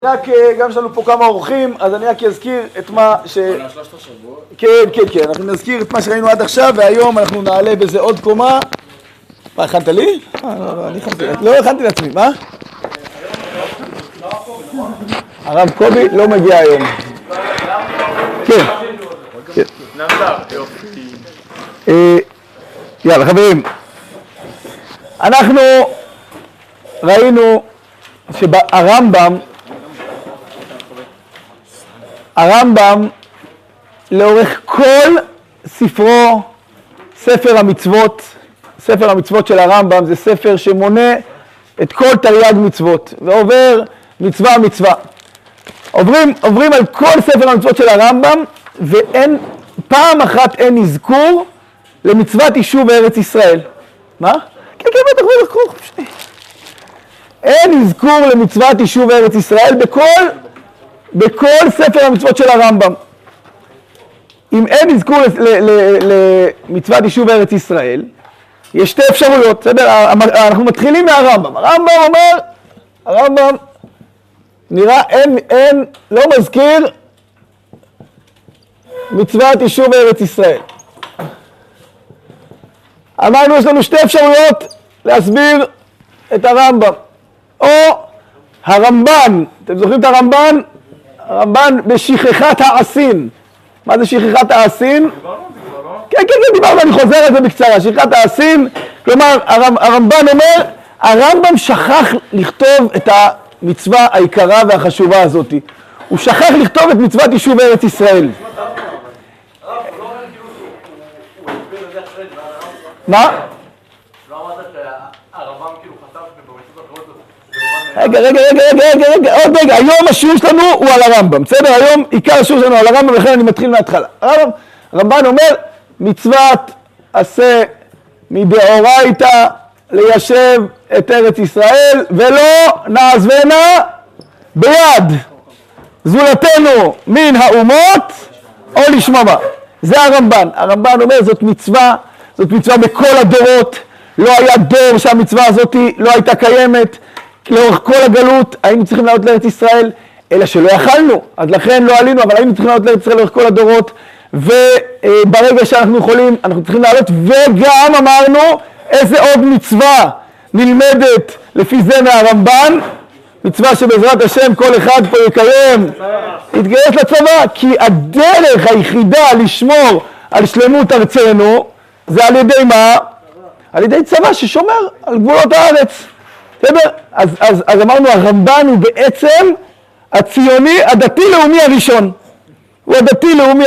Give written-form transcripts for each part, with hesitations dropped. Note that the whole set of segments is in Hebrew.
רק גם יש לנו פה כמה אורחים, אז אני רק אזכיר את מה כן, אנחנו נזכיר את מה שראינו עד עכשיו, והיום אנחנו נעלה בזה עוד קומה. מה, הכנת לי? לא הכנתי לעצמי, מה? הרב קובי לא מגיע היום. כן. יאללה חברים, אנחנו ראינו הרמב"ם לאורך כל ספרו, ספר המצוות של הרמב"ם זה ספר שמונה את כל תרי"ג מצוות ועובר מצווה מצווה. עוברים על כל ספר המצוות של הרמב"ם, ואין פעם אחת אין אזכור למצוות יישוב ארץ ישראל. מה? כן, בטח, שנייה. אין אזכור למצוות יישוב ארץ ישראל בכל ספר המצוות של הרמב"ם. אם אין אזכור למצוות יישוב ארץ ישראל, יש שתי אפשרויות, בסדר? אנחנו מתחילים מהרמב"ם. הרמב"ם נראה לא מזכיר מצוות יישוב ארץ ישראל. אמרנו, יש לנו שתי אפשרויות להסביר את הרמב"ם. או הרמב"ן, אתם זוכרים את הרמב"ן? הרמב"ן בשכחת העשין. מה זה שכחת העשין? כן, דיברנו, אני חוזר על זה בקצרה. שכחת העשין, כלומר, הרמב"ן אומר, הרמב"ם שכח לכתוב את המצווה העיקרה והחשובה הזאת. הוא שכח לכתוב את מצוות יישוב ארץ ישראל. מה? רגע, עוד רגע, היום השיעור שלנו הוא על הרמב"ם, בסדר? היום עיקר השיעור שלנו על הרמב"ם, ולכן אני מתחיל מההתחלה. הרמב"ן אומר, מצוות עשה מדאורייתא ליישב את ארץ ישראל, ולא נעזבנה ביד זולתנו מן האומות או לשממה. זה הרמב"ן. הרמב"ן אומר, זאת מצווה בכל הדורות. לא היה דור שהמצווה הזאת לא הייתה קיימת. לאורך כל הגלות היינו צריכים לעלות לארץ ישראל, אלא שלא יכלנו, אז לכן לא עלינו, אבל היינו צריכים לעלות לארץ ישראל לאורך כל הדורות, וברגע שאנחנו יכולים, אנחנו צריכים לעלות, וגם אמרנו איזה עוד מצווה נלמדת לפי זה מהרמב"ן, מצווה שבעזרת השם כל אחד פה יקיים, יתגייס לצבא, כי הדרך היחידה לשמור על שלמות ארצנו, זה על ידי מה? על ידי צבא ששומר על גבולות הארץ. אז אמרנו, הרמב"ן הוא בעצם הציוני, הדתי-לאומי הראשון. הוא הדתי-לאומי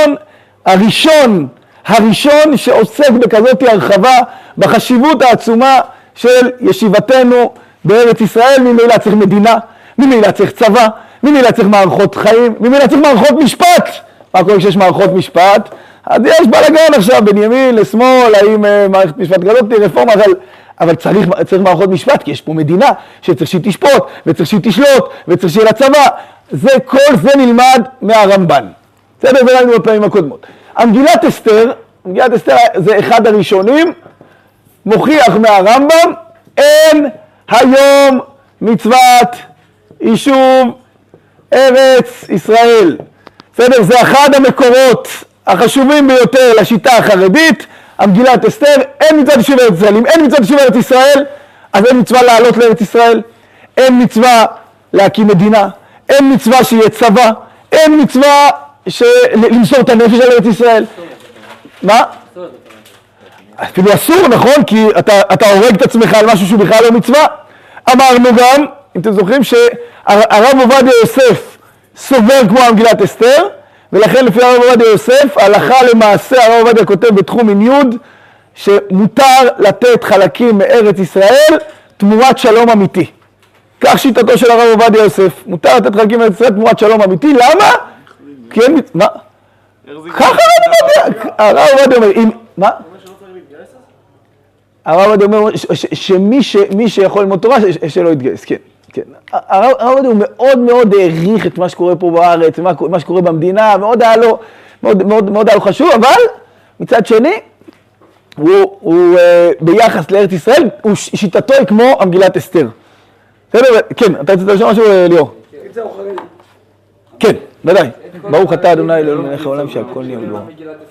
הראשון שעוסק בכזאת הרחבה בחשיבות העצומה של ישיבתנו בארץ ישראל. ממילא צריך מדינה, ממילא צריך צבא, ממילא צריך מערכות חיים, ממילא צריך מערכות משפט. מה קורה כשיש מערכות משפט? אז יש בלגן עכשיו בין ימין לשמאל, האם מערכת משפט כזאת רפורמה, אבל צריך מערכות משפט, כי יש פה מדינה שצריך שהיא תשפוט, וצריך שהיא תשלוט, וצריך שיהיה לה צבא. כל זה נלמד מהרמב"ן. בסדר? זה ראינו בפעמים הקודמות. מגילת אסתר זה אחד הראשונים, מוכיח מהרמב"ם, אין היום מצוות יישוב ארץ ישראל. בסדר? זה אחד המקורות החשובים ביותר לשיטה החרדית. המגילת אסתר, אין מצוות יישוב ארץ ישראל. אם אין מצוות יישוב ארץ ישראל, אז אין מצווה לעלות לארץ ישראל, אין מצווה להקים מדינה, אין מצווה שיהיה צבא, אין מצווה למסור את הנפש על ארץ ישראל. מה? אפילו אסור, נכון? כי אתה הורג את עצמך על משהו שהוא בכלל לא מצווה. אמרנו גם, אם אתם זוכרים, שהרב עובדיה יוסף סובר כמו המגילת אסתר, ולכן לפי הרב עובדיה יוסף, הלכה למעשה הרב עובדיה כותב בתחום עם יוד, שמותר לתת חלקים מארץ ישראל תמורת שלום אמיתי. כך שיטתו של הרב עובדיה יוסף, מותר לתת חלקים מארץ ישראל תמורת שלום אמיתי. למה? כי אין מה? ככה הרב עובדיה אומר, מה? הרב עובדיה אומר שמי שיכול ללמוד תורה שלא יתגייס, כן. הרב עובדיה הוא מאוד מאוד העריך את מה שקורה פה בארץ, מה שקורה במדינה, מאוד היה לו חשוב, אבל מצד שני, הוא ביחס לארץ ישראל, שיטתו היא כמו המגילת אסתר. כן, אתה רוצה לשאול משהו, ליאור? יוצא הוא חרדי. כן, ודאי. ברוך אתה אדוני אלוהינו מלך העולם שהכל נהיה בדברו.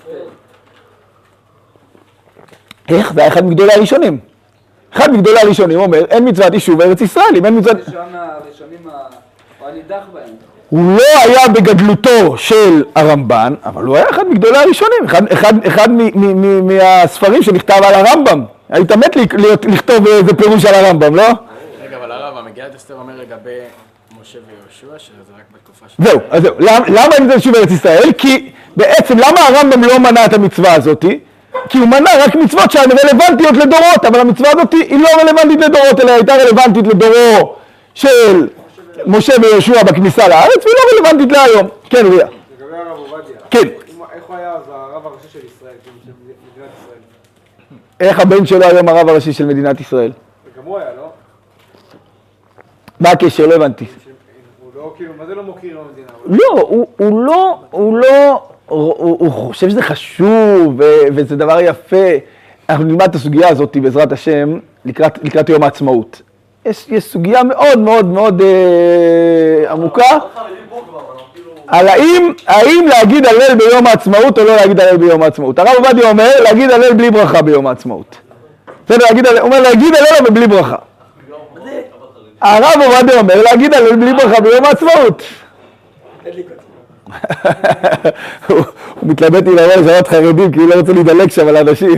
איך? זה היה אחד מגדולי הראשונים. אחד מגדולי הראשונים אומר, אין מצוות יישוב בארץ ישראל, אם אין מצוות... הראשונים הוא הנידח בהם. הוא לא היה בגדלותו של הרמב"ן, אבל הוא היה אחד מגדולי הראשונים, אחד מהספרים שנכתב על הרמב"ם. היית מת לכתוב איזה פירוש על הרמב"ם, לא? רגע, אבל הרב, המגילת אסתר אומר לגבי משה ויהושע, שזה רק בתקופה של... זהו, אז זהו. למה אין זה יישוב בארץ ישראל? כי בעצם למה הרמב"ם לא מנע את המצווה הזאת? כי הוא מנע רק מצוות שהן רלוונטיות לדורות, אבל המצווה הזאת היא לא רלוונטית לדורות, אלא הייתה רלוונטית לדורו של משה ויהושע בכניסה לארץ, והיא לא רלוונטית להיום. כן, ריה. לגבי הרב עובדיה. כן. איך הוא היה אז הרב הראשי של ישראל, של מדינת ישראל? איך הבן שלו היום הרב הראשי של מדינת ישראל? וגם הוא היה, לא? מה הקשר? לא הבנתי. הוא לא, כאילו, מה זה לא מוקיר במדינה? לא, הוא חושב שזה חשוב וזה דבר יפה. אנחנו נלמד את הסוגיה הזאת בעזרת השם לקראת יום העצמאות. יש סוגיה מאוד מאוד מאוד עמוקה על האם להגיד הלל ביום העצמאות או לא להגיד הלל ביום העצמאות. הרב עובדיה אומר להגיד הלל בלי ברכה ביום העצמאות. הוא אומר להגיד הלל אבל בלי ברכה. הרב עובדיה אומר להגיד הלל בלי ברכה ביום העצמאות. הוא מתלבט עם הלל זרת חרדים כי הוא לא רוצה להידלק שם על האנשים.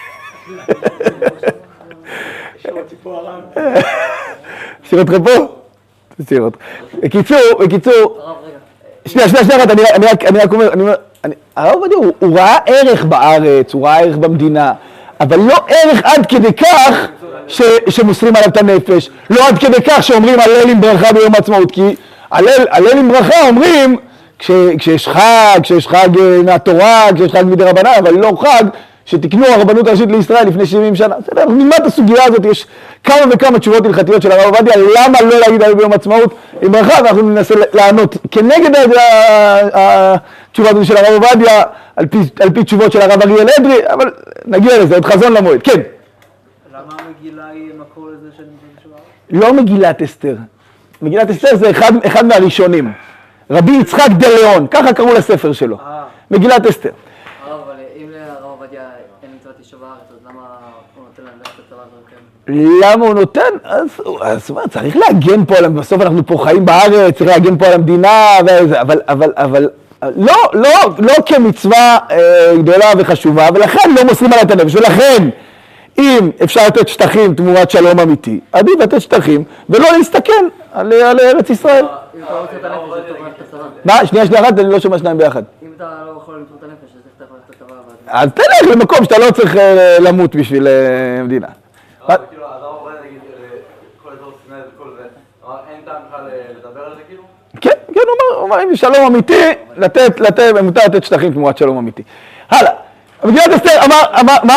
שיר אותך פה? שיר אותך. בקיצור, שנייה, אני רק אומר, הרב עובדיה הוא ראה ערך בארץ, הוא ראה ערך במדינה, אבל לא ערך עד כדי כך שמוסרים עליו את הנפש, לא עד כדי כך שאומרים הלל עם ברכה ביום העצמאות, כי הלל עם ברכה אומרים כשיש חג מהתורה, כשיש חג מדי רבנן, אבל לא חג שתקנו הרבנות הראשית לישראל לפני 70 שנה. אנחנו נלמד את הסוגיה הזאת, יש כמה וכמה תשובות הלכתיות של הרב עובדיה, למה לא להגיד הלל ביום העצמאות עם ברכה, ואנחנו ננסה לענות כנגד התשובה הזאת של הרב עובדיה, על פי תשובות של הרב אריאל אדרי, אבל נגיע לזה, עוד חזון למועד. כן. למה המגילה היא מקור לזה שנמצא בשבוע? לא מגילת אסתר. מגילת אסתר זה אחד מהראשונים. רבי יצחק דליאון, ככה קראו לספר שלו. מגילת אסתר. הרב, אבל אם לרב עובדיה אין מצוות יישוב הארץ, אז למה הוא נותן להם ללכת לצבא דרכם? למה הוא נותן? אז צריך להגן פה, בסוף אנחנו פה חיים בארץ, צריך להגן פה על המדינה, אבל לא כמצווה גדולה וחשובה, ולכן לא מוסרים עליה את הנפש, ולכן אם אפשר לתת שטחים תמורת שלום אמיתי, עדיף לתת שטחים ולא להסתכן על ארץ ישראל. אם אתה רוצה את הנפש, אז אתה יכול ללכת לצבא. מה? שנייה, אני לא שומע שניים ביחד. אם אתה לא יכול למצוא את הנפש, אז איך אתה יכול ללכת לצבא? אז תלך למקום שאתה לא צריך למות בשביל המדינה. כאילו, אז הרב עובדיה נגיד, כל אזור סיני וכל זה, אמר, אין טעם בכלל לדבר על זה כאילו? כן, הוא אומר, אם שלום אמיתי, מותר לתת שטחים תמורת שלום אמיתי. הלאה. מגילת אסתר אמר, מה?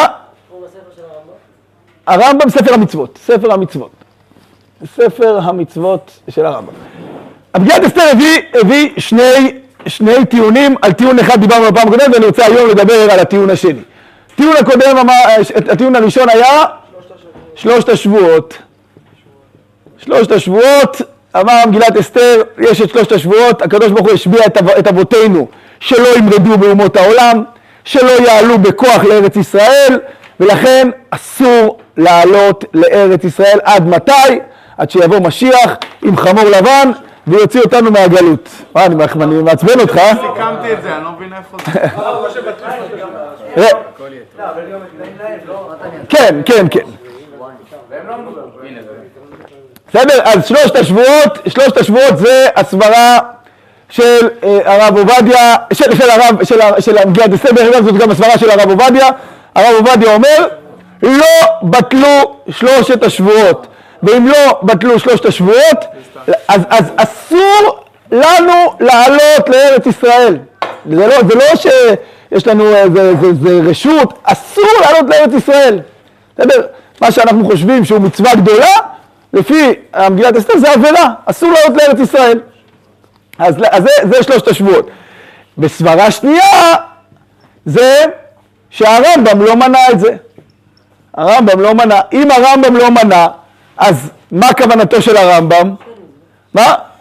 הרמב"ם ספר המצוות, ספר המצוות של הרמב"ם. מגילת אסתר הביא שני טיעונים, על טיעון אחד דיברנו בפעם הקודמת, ואני רוצה היום לדבר על הטיעון השני. הטיעון הראשון היה שלושת השבועות, אמר מגילת אסתר, יש את שלושת השבועות, הקדוש ברוך הוא השביע את אבותינו שלא ימרדו באומות העולם, שלא יעלו בכוח לארץ ישראל, ולכן אסור לעלות לארץ ישראל עד מתי? עד שיבוא משיח עם חמור לבן ויוציא אותנו מהגלות. אני מעצבן אותך. סיכמתי את זה, אני לא מבין איפה זה. כן. בסדר, אז שלושת השבועות זה הסברה של הרב עובדיה, של מגילת אסתר, זאת גם הסברה של הרב עובדיה. הרב עובדיה אומר, לא בטלו שלושת השבועות, ואם לא בטלו שלושת השבועות, אז אסור לנו לעלות לארץ ישראל. זה לא שיש לנו איזה רשות, אסור לעלות לארץ ישראל. מה שאנחנו חושבים שהוא מצווה גדולה, לפי מגילת אסתר זה עבירה, אסור לעלות לארץ ישראל. אז זה שלושת השבועות. בסברה שנייה, זה שהרמב"ם לא מנע את זה. הרמב"ם לא מנע. אם הרמב"ם לא מנע, אז מה כוונתו של הרמב"ם? מה?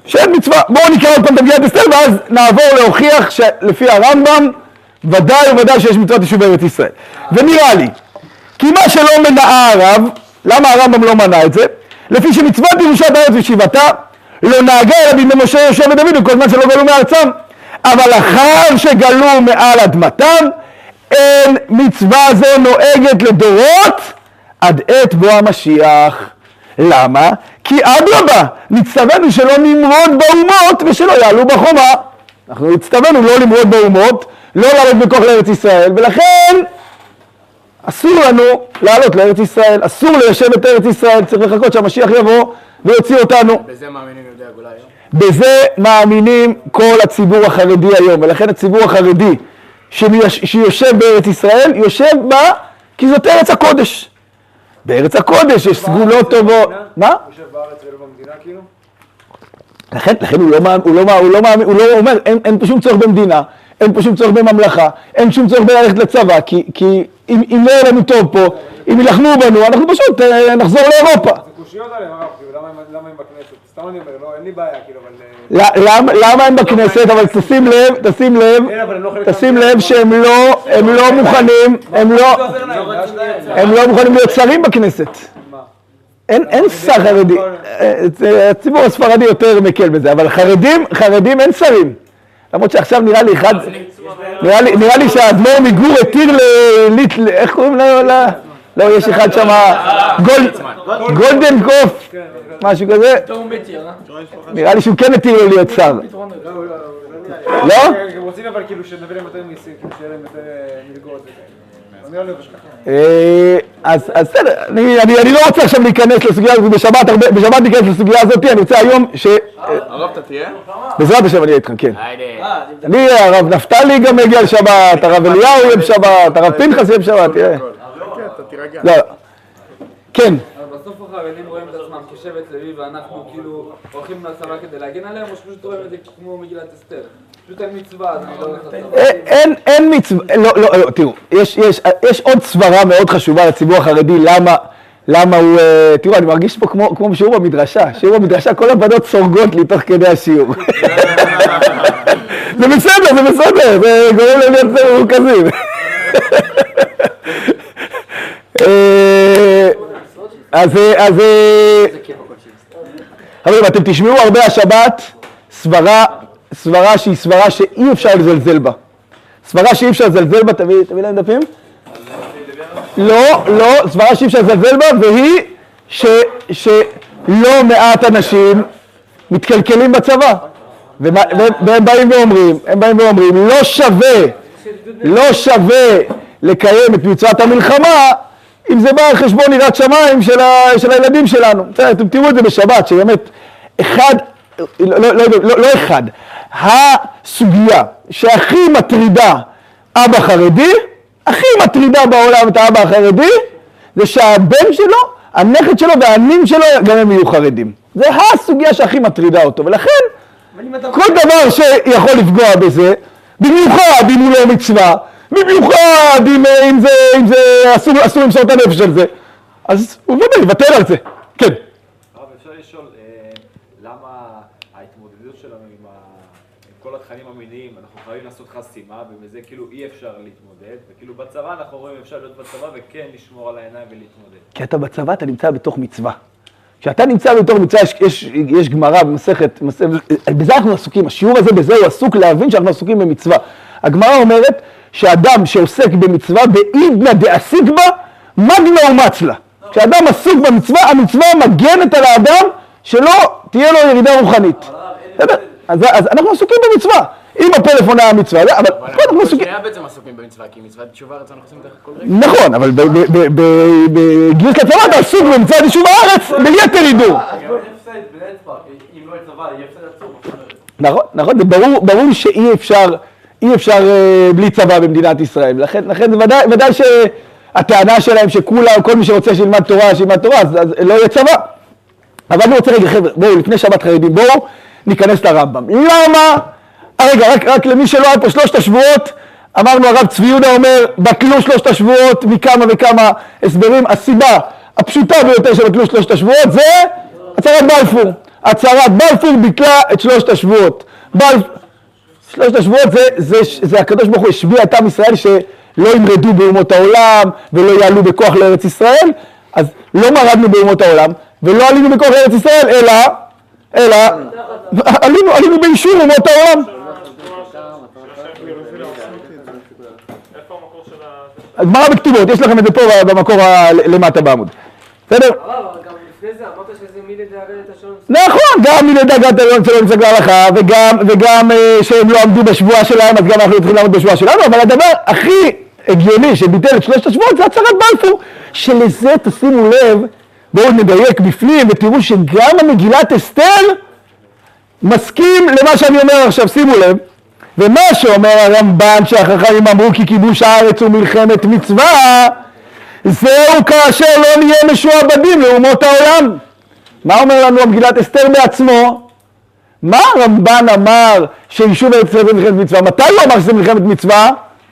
שאין מצווה. בואו נקרא עוד פעם את מגילת אסתר, ואז נעבור להוכיח שלפי הרמב"ם, ודאי וודאי שיש מצוות יישוב בארץ ישראל. ונראה לי, כי מה שלא מנעה הרב, למה הרמב"ם לא מנע את זה? לפי שמצוות ירושת הארץ ושיבתה, לא נהגה אלא בימי משה יהושע ודוד וכל זמן שלא גלו מארצם. אבל אחר שגלו מעל אדמתם, אין מצווה זו נוהגת לדורות עד עת בוא המשיח. למה? כי אדרבה, נצטווינו שלא נמרוד באומות ושלא יעלו בחומה. אנחנו נצטווינו לא למרוד באומות, לא לעלות בכוח לארץ ישראל, ולכן אסור לנו לעלות לארץ ישראל, אסור ליישב את ארץ ישראל, צריך לחכות שהמשיח יבוא ויוציא אותנו. בזה מאמינים יהודי הגולה היום? בזה מאמינים כל הציבור החרדי היום, ולכן הציבור החרדי שיושב בארץ ישראל, יושב בה כי זאת ארץ הקודש. בארץ הקודש יש סגולות טובות. מה? הוא יושב בארץ ולא במדינה כאילו? לכן הוא לא אומר, אין פה שום צורך במדינה, אין פה שום צורך בממלכה, אין שום צורך ללכת לצבא, כי אם לא יהיה לנו טוב פה, אם ילחמו בנו, אנחנו פשוט נחזור לאירופה. זה קושיות עליהם, הרב, כאילו, למה הם בכנסת? סתם אני אומר, לא, אין לי בעיה, כאילו, אבל... למה הם בכנסת? אבל תשים לב שהם לא מוכנים, הם לא מוכנים להיות שרים בכנסת. אין שר חרדי, הציבור הספרדי יותר מקל בזה, אבל חרדים אין שרים. למרות שעכשיו נראה לי שהאדמו"ר מגור התיר איך קוראים לו? לא, יש אחד שם, גולדנקוף, משהו כזה. נראה לי שהוא כן התיר לו להיות שר. לא? הם רוצים אבל כאילו שנביא להם יותר מיסים, כאילו שיהיה להם יותר מלגות. אז בסדר, אני לא רוצה עכשיו להיכנס לסוגיה הזאת, בשבת ניכנס לסוגיה הזאת, אני רוצה היום הרב אתה תהיה? בעזרת השם אני אהיה איתכם, כן. אני, הרב נפתלי גם מגיע לשבת, הרב אליהו יהיה בשבת, הרב פנחס יהיה בשבת, תראה. לא, כן. אבל בסוף החרדים רואים את עצמם כשבט לוי ואנחנו כאילו הולכים לצבא כדי להגן עליהם, או שפשוט רואים את זה כמו מגילת אסתר? פשוט אין מצווה, אז אני לא הולך לצבא. אין מצווה, לא, תראו, יש עוד סברה מאוד חשובה לציבור החרדי, למה הוא, תראו, אני מרגיש פה כמו בשיעור במדרשה, שיעור במדרשה, כל הבנות סורגות לי תוך כדי השיעור. זה בסדר, זה גורם להם להיות מורכזים. אז חברים, אתם תשמעו הרבה השבת סברה שהיא סברה שאי אפשר לזלזל בה. סברה שאי אפשר לזלזל בה, תביא להם דפים? לא, סברה שאי אפשר לזלזל בה, והיא שלא מעט אנשים מתקלקלים בצבא. והם באים ואומרים, לא שווה לקיים את מצוות המלחמה, אם זה בא על חשבון יראת שמיים של הילדים שלנו. אתם תראו את זה בשבת, שבאמת לא אחד, הסוגיה שהכי מטרידה אבא חרדי, הכי מטרידה בעולם את האבא החרדי, זה שהבן שלו, הנכד שלו והנים שלו גם הם יהיו חרדים. זה הסוגיה שהכי מטרידה אותו, ולכן כל דבר שיכול לפגוע בזה, במיוחד אם הוא לא מצווה, במיוחד אם זה אסור למסור את הנפש על זה, אז הוא יוותר על זה. כן. הרב, אפשר לשאול למה ההתמודדות שלנו עם כל התכנים המיניים, אנחנו חייבים לעשות חסימה, ובזה כאילו אי אפשר להתמודד, וכאילו בצבא אנחנו רואים אפשר להיות בצבא וכן לשמור על העיניים ולהתמודד. כי אתה בצבא, אתה נמצא בתוך מצווה. כשאתה נמצא בתוך מצווה, יש גמרא במסכת, בזה אנחנו עסוקים, השיעור הזה בזה הוא עסוק להבין שאנחנו עסוקים במצווה. הגמרא אומרת שאדם שעוסק במצווה בעידנא דעסיק בה, מגנא ומצלא. כשאדם עסוק במצווה, המצווה מגנת על האדם שלא תהיה לו ירידה רוחנית. אז אנחנו עסוקים במצווה. אם הפלאפון היה מצווה, אבל פה אנחנו עסוקים. שנייה בעצם עסוקים במצווה, כי מצוות תשובה הארץ אנחנו עושים את כל רגע. נכון, אבל בגיוס לצבא אתה עסוק במצוות יישוב הארץ ביתר הידור. נכון, זה ברור שאי אפשר בלי צבא במדינת ישראל, לכן זה ודאי שהטענה שלהם שכל מי שרוצה שילמד תורה, אז לא יהיה צבא. אבל אני רוצה רגע, חבר'ה, בואו, לפני שבת חרדים, בואו ניכנס לרמב"ם. למה? רגע, רק למי שלא היה פה 3 השבועות, אמרנו הרב צבי יהודה אומר, בטלו 3 השבועות מכמה וכמה הסברים. הסיבה הפשוטה ביותר שבטלו 3 השבועות זה הצהרת בלפור. הצהרת בלפור ביטלה את שלושת השבועות. שלושת השבועות זה הקדוש ברוך הוא השביע את עם ישראל שלא ימרדו באומות העולם ולא יעלו בכוח לארץ ישראל, אז לא מרדנו באומות העולם ולא עלינו בכוח לארץ ישראל, אלא עלינו באישור אומות העולם. הגמרא בכתובות, יש לכם את זה פה במקור למטה בעמוד. בסדר? אבל גם לפני זה אמרת שזה מילי דאגת השלום. נכון, גם מילי דאגת השלום שלא נפסק להלכה, וגם שהם לא עמדו בשבועה שלהם, אז גם אנחנו צריכים לעמוד בשבועה שלנו, אבל הדבר הכי הגיוני שביטל את שלושת השבועות זה הצהרת בלפור, שלזה תשימו לב, בואו נדייק בפנים ותראו שגם המגילת אסתר מסכים למה שאני אומר עכשיו, שימו לב. ומה שאומר הרמב"ן שהחכמים אמרו כי כיבוש הארץ הוא מלחמת מצווה, זהו כאשר לא נהיה משועבדים לאומות העולם. מה אומר לנו המגילת אסתר בעצמו? מה הרמב"ן אמר שיישוב ארץ ישראל זה מלחמת מצווה? מתי הוא אמר שזה מלחמת מצווה?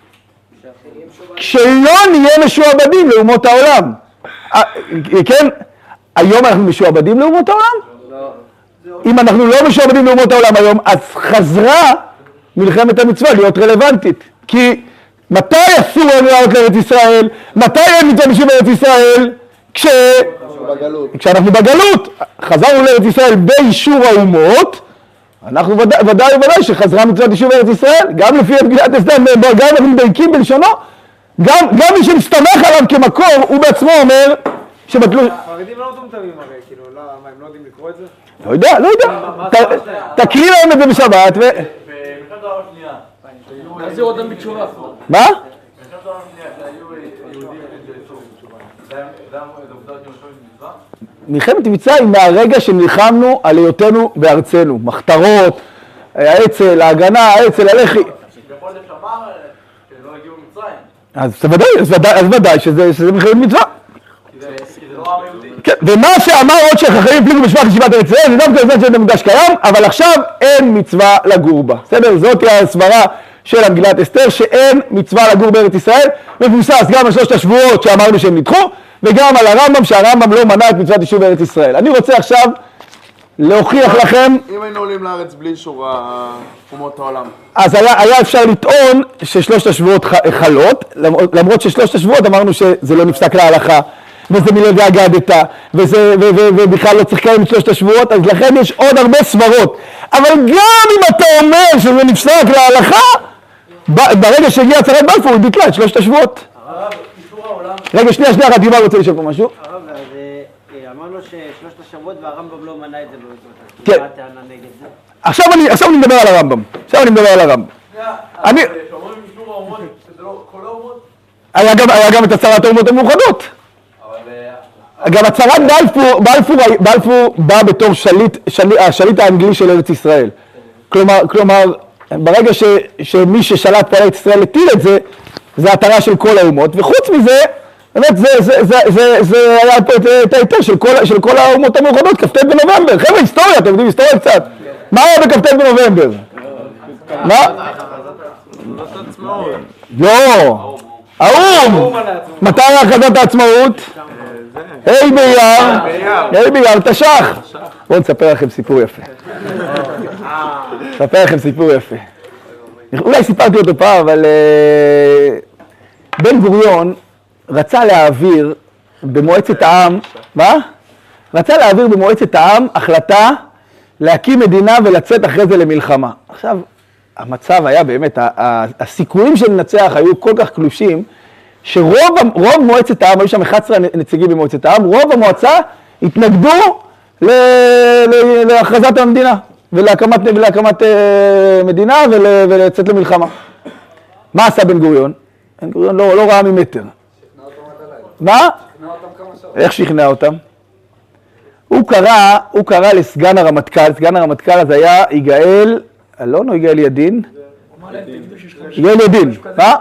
כשלא נהיה משועבדים לאומות העולם. כן? היום אנחנו משועבדים לאומות העולם? אם אנחנו לא משועבדים לאומות העולם היום, אז חזרה מלחמת המצווה להיות רלוונטית. כי מתי אסור לנו לעלות לארץ ישראל? מתי אין מצווה בשביל ארץ ישראל? כשאנחנו בגלות. חזרנו לארץ ישראל באישור האומות, אנחנו ודאי שחזרה מצוות יישוב ארץ ישראל, גם לפי מגילת אסתר, גם אנחנו מדייקים בלשונו, גם מי שמסתמך עליו כמקור, הוא בעצמו אומר שבטלו... החרדים לא מטומטמים הרי, כאילו, מה, הם לא יודעים לקרוא את זה? לא יודע. תקריא להם את זה בשבת ו... במלחמת העולם השנייה. תחזיר אותם בתשובה. מה? במלחמת העולם השנייה, שהיו יהודים זה היה עובדה כמשמעות מצווה? מלחמת מצווה היא מהרגע שנלחמנו על היותנו בארצנו. מחתרות, האצ"ל, ההגנה, האצ"ל, הלח"י. יכול להיות שאמר שלא הגיעו ממצרים. אז ודאי שזה מלחמת מצווה. כי זה לא עם יהודי. כן, ומה שאמר עוד שהחכמים הפליגו בשבח ישיבת ארץ ישראל, זה דווקא בזמן שזה מקדש קיים, אבל עכשיו אין מצווה לגור בה. בסדר? זאת היא הסברה של המגילת אסתר, שאין מצווה לגור בארץ ישראל, מבוסס גם על שלושת השבועות שאמרנו שהם נדחו, וגם על הרמב"ם, שהרמב"ם לא מנע את מצוות יישוב בארץ ישראל. אני רוצה עכשיו להוכיח לכם... אם היינו עולים לארץ בלי אישור אומות העולם. אז היה אפשר לטעון ששלושת השבועות חלות, למרות ששלושת השבועות אמרנו שזה לא נפסק להלכה, וזה מילי דאגת, ובכלל לא צריך לקיים את שלושת השבועות, אז לכן יש עוד הרבה סברות. אבל גם אם אתה אומר שזה נפסק להלכה, ברגע שהגיע הצהרת בלפור, הוא ביטלה את שלושת השבועות. רגע, שנייה, רק יובל רוצה לשאול פה משהו. הרב, אז אמרנו ששלושת השבועות והרמב"ם לא מנע את זה במצוות. כן. מה הטענה נגד זה? עכשיו אני מדבר על הרמב"ם. שאומרים אישור האומות, שזה לא כל האומות? היה גם את הצהרת האומות המאוחדות. גם הצהרת בלפור בא בתור השליט האנגלי של ארץ ישראל. כלומר, ברגע שמי ששלט פה על ארץ ישראל הטיל את זה, זה התרה של כל האומות, וחוץ מזה, באמת זה היה פה את ההיתר של כל האומות המאוחדות, כ"ט בנובמבר. חבר'ה, היסטוריה, אתם יודעים היסטוריה קצת. מה היה בכ"ט בנובמבר? מה? לא, האו"ם. מתי היה הכרזת העצמאות? ה' באייר תש"ח. בואו נספר לכם סיפור יפה. אולי סיפרתי אותו פעם, אבל בן גוריון רצה להעביר במועצת העם, רצה להעביר במועצת העם החלטה להקים מדינה ולצאת אחרי זה למלחמה. עכשיו, המצב היה באמת, הסיכויים שננצח היו כל כך קלושים, שרוב מועצת העם, היו שם 11 נציגים במועצת העם, רוב המועצה התנגדו להכרזת המדינה ולהקמת מדינה ולצאת למלחמה. מה עשה בן גוריון? בן גוריון לא ראה ממטר. מה? איך שכנע אותם? הוא קרא לסגן הרמטכ"ל, סגן הרמטכ"ל אז היה יגאל, אלון או יגאל ידין? יגאל ידין, מה?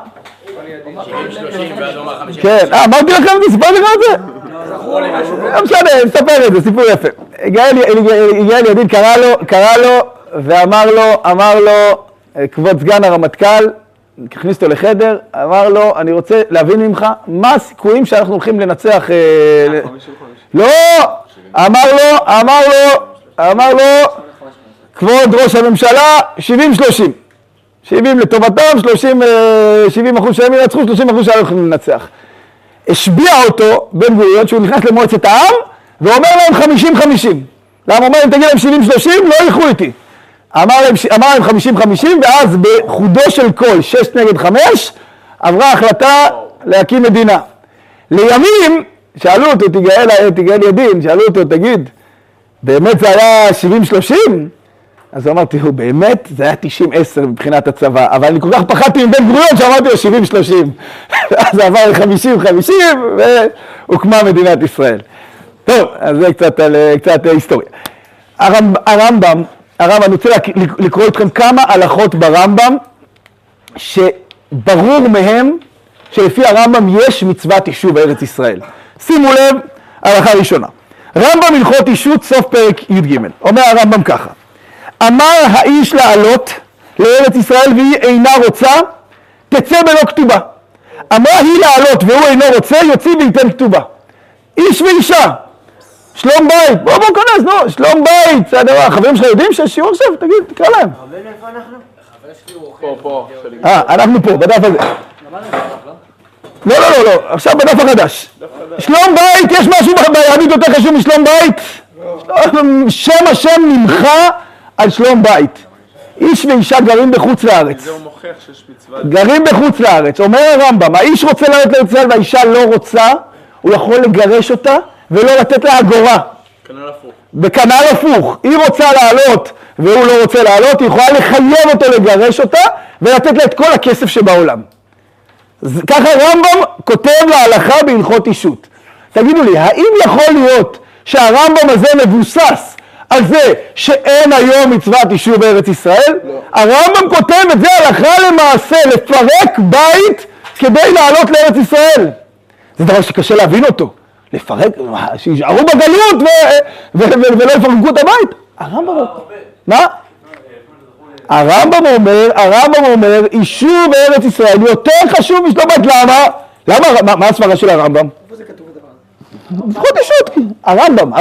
כן, אמרתי לכם את זה, סיפרתי לכם את זה? לא משנה, נספר את זה, סיפור יפה. יגאל ידין קרא לו ואמר לו, כבוד סגן הרמטכ"ל, הכניס אותו לחדר, אמר לו, אני רוצה להבין ממך, מה הסיכויים שאנחנו הולכים לנצח... לא, אמר לו, אמר לו, כבוד ראש הממשלה, 70-30. 70 לטובתם, 70% שהם ינצחו, 30% שהם יכולים לנצח. השביע אותו בן גוריון שהוא נכנס למועצת העם, ואומר להם 50-50. למה אומר להם, תגיד להם 70-30, לא ילכו איתי. אמר להם 50-50, ואז בחודו של קול, 6-5, עברה החלטה להקים מדינה. לימים, שאלו אותו, תגאל ידין, שאלו אותו, תגיד, באמת זה היה 70-30? אז אמרתי, הוא באמת, זה היה 90-10 מבחינת הצבא, אבל אני כל כך פחדתי מבן גוריון שאמרתי לו 70-30. אז זה עבר ל-50-50 והוקמה מדינת ישראל. טוב, אז זה קצת היסטוריה. הרמב"ם, אני רוצה לקרוא אתכם כמה הלכות ברמב"ם, שברור מהם שלפי הרמב"ם יש מצוות יישוב בארץ ישראל. שימו לב, הלכה ראשונה. רמב"ם הלכות אישות סוף פרק י"ג. אומר הרמב"ם ככה. אמר האיש לעלות לארץ ישראל והיא אינה רוצה, תצא בלא כתובה. אמרה היא לעלות והוא אינו רוצה, יוציא וייתן כתובה. איש ואישה, שלום בית, בוא כנס, נו, שלום בית, זה הדבר, החברים שלך יודעים שיש שיעור עכשיו? תגיד, תקרא להם. רבנו, איפה אנחנו? פה. אנחנו פה, בדף הזה. לא, עכשיו בדף החדש. שלום בית, יש משהו ביהדות יותר חשוב משלום בית? שם השם נמחה על שלום בית. איש ואישה גרים בחוץ לארץ. זה הוא מוכיח שיש מצווה. גרים בחוץ לארץ. אומר הרמב"ם, האיש רוצה לעלות לארץ ישראל והאישה לא רוצה, הוא יכול לגרש אותה ולא לתת לה אגורה. כנ"ל הפוך. בכנ"ל הפוך. היא רוצה לעלות והוא לא רוצה לעלות, היא יכולה לחייב אותו לגרש אותה ולתת לה את כל הכסף שבעולם. ככה הרמב"ם כותב להלכה בהלכות אישות. תגידו לי, האם יכול להיות שהרמב"ם הזה מבוסס על זה שאין היום מצוות יישוב בארץ ישראל? לא. הרמב"ם כותב את זה הלכה למעשה, לפרק בית כדי לעלות לארץ ישראל. זה דבר שקשה להבין אותו. לפרק, שישארו בגלות ולא יפרקו את הבית. הרמב"ם... מה? הרמב"ם אומר, יישוב בארץ ישראל יותר חשוב משלום בית. למה? מה הסברה של הרמב"ם? איפה זה כתוב בדבר הזה? זכות אישות, הרמב"ם.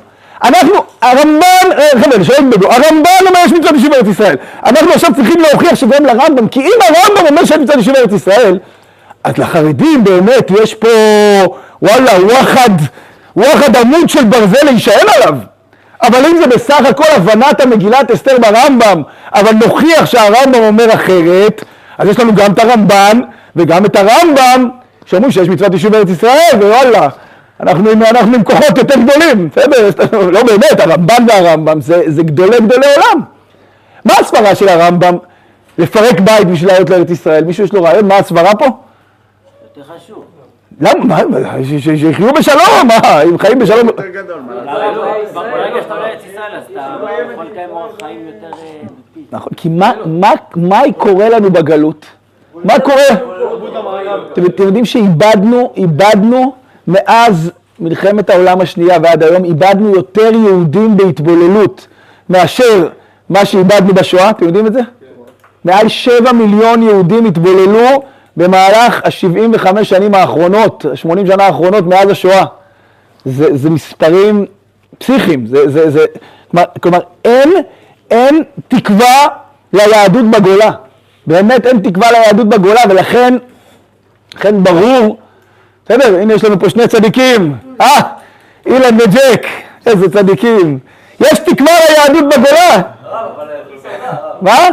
הרמב"ן אומר יש מצוות יישוב בארץ ישראל. אנחנו עכשיו צריכים להוכיח שגם לרמב"ם, כי אם הרמב"ם אומר שיש מצוות יישוב בארץ ישראל, אז לחרדים באמת יש פה, וואלה, וואחד עמוד של ברזל להישען עליו. אבל אם זה בסך הכל הבנת המגילת אסתר ברמב"ם, אבל נוכיח שהרמב"ם אומר אחרת, אז יש לנו גם את הרמב"ן וגם את הרמב"ם, שאומרים שיש מצוות יישוב בארץ ישראל, ווואלה, אנחנו עם כוחות יותר גדולים, בסדר? לא באמת, הרמב"ן והרמב"ם זה גדולי עולם. מה הסברה של הרמב"ם לפרק בית בשביל לעלות לארץ ישראל? מישהו יש לו רעיון? מה הסברה פה? יותר חשוב. למה? שיחיו בשלום, אם חיים בשלום... יותר גדול. ברגע שאתה לארץ ישראל, אז אתה יכול לקיים אורח חיים יותר... נכון, כי מה קורה לנו בגלות? מה קורה? אתם יודעים שאיבדנו מאז מלחמת העולם השנייה ועד היום, איבדנו יותר יהודים בהתבוללות מאשר מה שאיבדנו בשואה, אתם יודעים את זה? מעל 7 מיליון יהודים התבוללו במהלך ה-75 שנים האחרונות, 80 שנה האחרונות מאז השואה. זה מספרים פסיכיים, כלומר אין תקווה ליהדות בגולה, באמת אין תקווה ליהדות בגולה, ולכן ברור, בסדר, הנה יש לנו פה שני צדיקים, אילן וג'ק, איזה צדיקים, יש תקווה ליהדות בגולה. מה?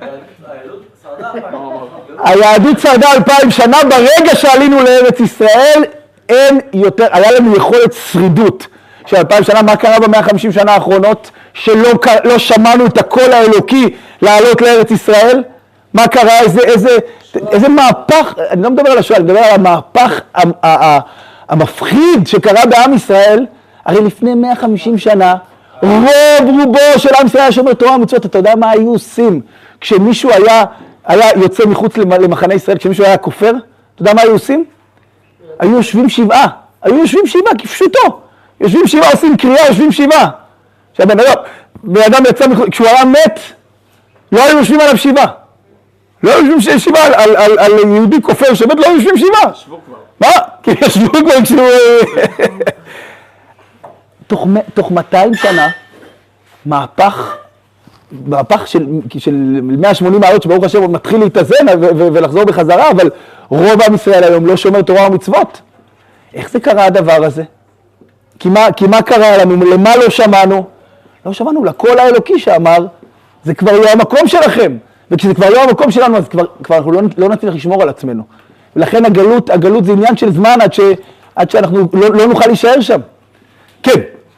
היהדות שרדה 2000 שנה, ברגע שעלינו לארץ ישראל, היה לנו יכולת שרידות של 2000 שנה. מה קרה ב-150 שנה האחרונות שלא שמענו את הקול האלוקי לעלות לארץ ישראל? מה קרה? איזה מהפך, אני לא מדבר על השואה, אני מדבר על המהפך המפחיד שקרה בעם ישראל. הרי לפני 150 שנה, רובו של עם ישראל שומר תורה ומצוות. אתה יודע מה היו עושים כשמישהו היה יוצא מחוץ למחנה ישראל, כשמישהו היה כופר? אתה יודע מה היו עושים? היו יושבים שבעה, כפשוטו. יושבים שבעה, עושים קריאה, יושבים שבעה. בן אדם יצא, כשהוא היה מת, לא היו יושבים עליו שבעה. לא היו יושבים שבעה על יהודי כופר שמת, לא היו יושבים שבעה. ישבו כבר. מה? כי ישבו כבר כשהוא... תוך 200 שנה, מהפך של 180 מעלות שברוך השם מתחיל להתאזן ולחזור בחזרה, אבל רוב עם ישראל היום לא שומר תורה ומצוות. איך זה קרה הדבר הזה? כי מה קרה לנו? למה לא שמענו? לא שמענו לקול האלוקי שאמר, זה כבר לא המקום שלכם. וכשזה כבר לא המקום שלנו, אז כבר אנחנו לא נצליח לשמור על עצמנו. ולכן הגלות זה עניין של זמן עד שאנחנו לא נוכל להישאר שם. כן.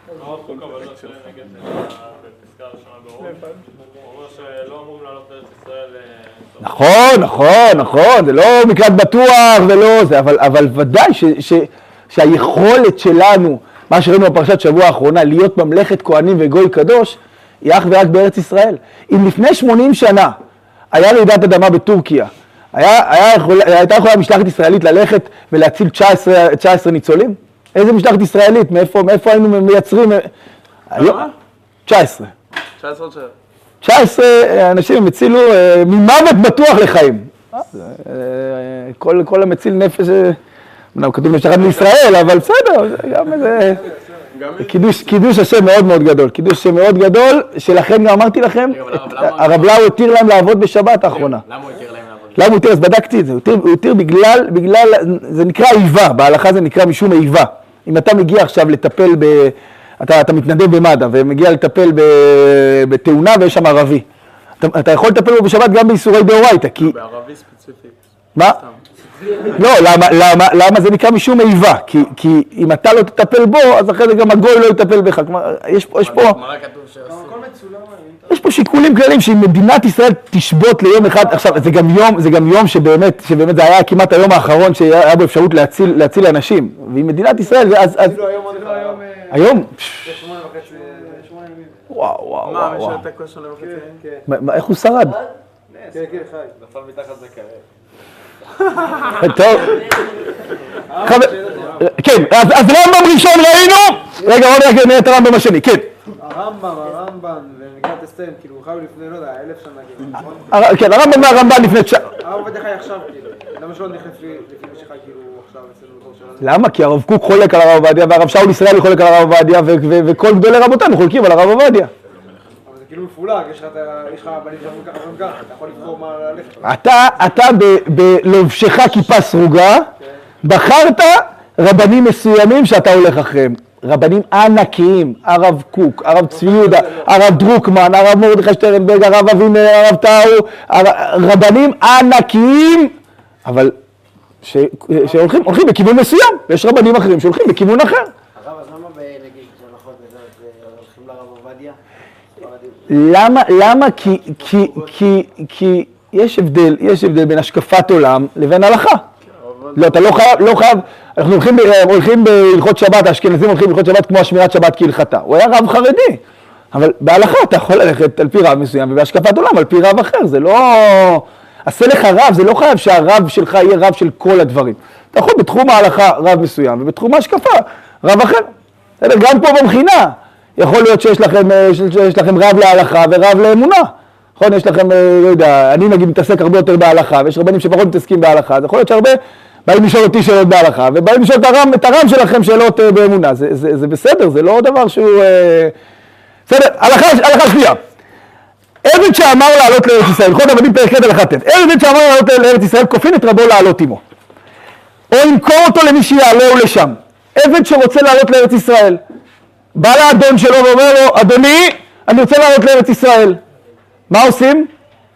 נכון, זה לא מקלט בטוח ולא זה, אבל ודאי שהיכולת שלנו, מה שראינו בפרשת שבוע האחרונה, להיות ממלכת כהנים וגוי קדוש, היא אך ורק בארץ ישראל. אם לפני 80 שנה היה רעידת אדמה בטורקיה, הייתה יכולה משלחת ישראלית ללכת ולהציל 19 ניצולים? איזה משלחת ישראלית? מאיפה היינו מייצרים? 19. 19 אנשים הם הצילו ממוות בטוח לחיים. כל המציל נפש, כתוב משלחת לישראל, אבל בסדר, גם איזה קידוש השם מאוד מאוד גדול. קידוש השם מאוד גדול, שלכן גם אמרתי לכם, הרב לאו התיר להם לעבוד בשבת האחרונה. למה הוא התיר להם לעבוד? למה הוא התיר? אז בדקתי את זה. הוא התיר בגלל, זה נקרא איבה, בהלכה זה נקרא משום איבה. אם אתה מגיע עכשיו לטפל אתה מתנדב במד"א ומגיע לטפל בתאונה ויש שם ערבי. אתה יכול לטפל בו בשבת גם באיסורי דאורייתא, כי... בערבי ספציפית. מה? לא, למה זה נקרא משום איבה? כי אם אתה לא תטפל בו, אז אחרי זה גם הגוי לא יטפל בך. כלומר, יש פה... יש פה שיקולים כלליים שאם מדינת ישראל תשבות ליום אחד, עכשיו זה גם יום שבאמת זה היה כמעט היום האחרון שהיה בו אפשרות להציל אנשים, ואם מדינת ישראל אז... היום? וואו. מה, מי שאתה כל שנה וחצי? כן. איך הוא שרד? כן, חי. נפל מתחת לקרב. טוב. כן, אז רמב"ם ראשון ראינו, רגע, עוד רגע נראה את הרמב"ם השני, כן. הרמב"ם ומגילת אסתר, כאילו הוא חי לפני, לא יודע, 1000 שנה, כאילו. כן, הרמב"ם והרמב"ן לפני... הרב עובדיה חי עכשיו, כאילו. למה שלא נכנס לפי מי שחי, כאילו, עכשיו אצלנו בתור שלנו? למה? כי הרב קוק חולק על הרב עובדיה, והרב שאול ישראל חולק על הרב עובדיה, וכל גדולי רבותינו חולקים על הרב עובדיה. אבל זה כאילו מפולג, יש לך בנים שאומרים ככה ואומרים ככה, אתה יכול לבחור מה ללכת. אתה בלובשך כיפה סרוגה, בחרת רבנים מסוימים שאתה הולך אחריהם. רבנים ענקיים, הרב קוק, הרב צבי יהודה, הרב דרוקמן, הרב מרדכי שטרנברג, הרב אבינר, הרב טאו, רבנים ענקיים, אבל שהולכים בכיוון מסוים, ויש רבנים אחרים שהולכים בכיוון אחר. הרב, אז למה נגיד כשהלכות הולכים לרב עובדיה? למה? כי יש הבדל בין השקפת עולם לבין הלכה. לא, אתה לא חייב, אנחנו הולכים בהלכות שבת, האשכנזים הולכים בהלכות שבת כמו השמירת שבת כהלכתה. הוא היה רב חרדי, אבל בהלכה אתה יכול ללכת על פי רב מסוים, ובהשקפת עולם על פי רב אחר, זה לא... עשה לך רב, זה לא חייב שהרב שלך יהיה רב של כל הדברים. אתה יכול בתחום ההלכה רב מסוים, ובתחום ההשקפה רב אחר. גם פה במכינה, יכול להיות שיש לכם רב להלכה ורב לאמונה. נכון, יש לכם, לא יודע, אני נגיד מתעסק הרבה יותר בהלכה, ויש רבנים שפחות מתעסקים בהלכה, אז יכול להיות שהרבה באים לשאול אותי שאלות בהלכה, ובאים לשאול את הרם שלכם שאלות באמונה. זה בסדר, זה לא דבר שהוא... בסדר, הלכה שנייה. עבד שאמר לעלות לארץ ישראל, נכון, עבדים פרק ח' הלכה ט', עבד שאמר לעלות לארץ ישראל, כופין את רבו לעלות עמו. או ימכור אותו למי שיעלהו לשם. עבד שרוצה לעלות לארץ ישראל. בא לאדון שלו ואומר לו, אדוני, אני רוצה לעלות לארץ ישראל. מה עושים?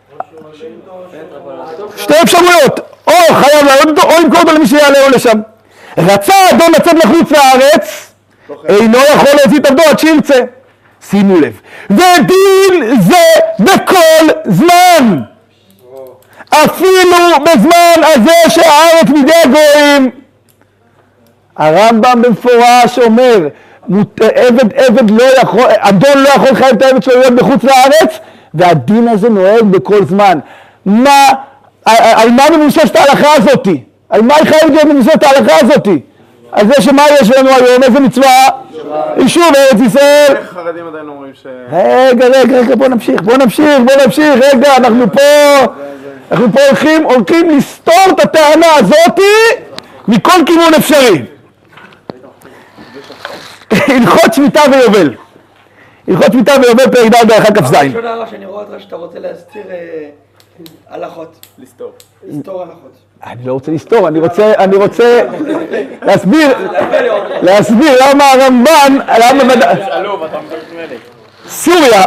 שתי אפשרויות, או חייב לעלות אותו, או ימכור אותו למי שיעלהו לשם. רצה האדון לצאת לחוץ לארץ, אינו יכול להוציא את עבדו עד שירצה. שימו לב, ודין זה בכל זמן, אפילו בזמן הזה שהארץ מידי הגויים. הרמב"ם במפורש אומר, עבד לא יכול, אדון לא יכול לחייב את העבד שלו להיות בחוץ לארץ, והדין הזה נוהג בכל זמן. על מה מבוססת ההלכה הזאתי? על מה היא חייבת להיות מבוססת ההלכה הזאתי? על זה שמה יש לנו היום, איזה מצווה? יישוב ארץ ישראל. איך חרדים עדיין אומרים ש... רגע, בוא נמשיך, רגע, אנחנו פה הולכים לסתור את הטענה הזאתי מכל כיוון אפשרי. הלכות שמיטה ויובל. הלכות שמיטה ויובל פרק ד' בהלכה כ"ז. ראשון הרע שאני רואה אותך שאתה רוצה להסתיר הלכות. לסתור הלכות. אני לא רוצה לסתור, אני רוצה להסביר למה הרמב"ן, סוריה,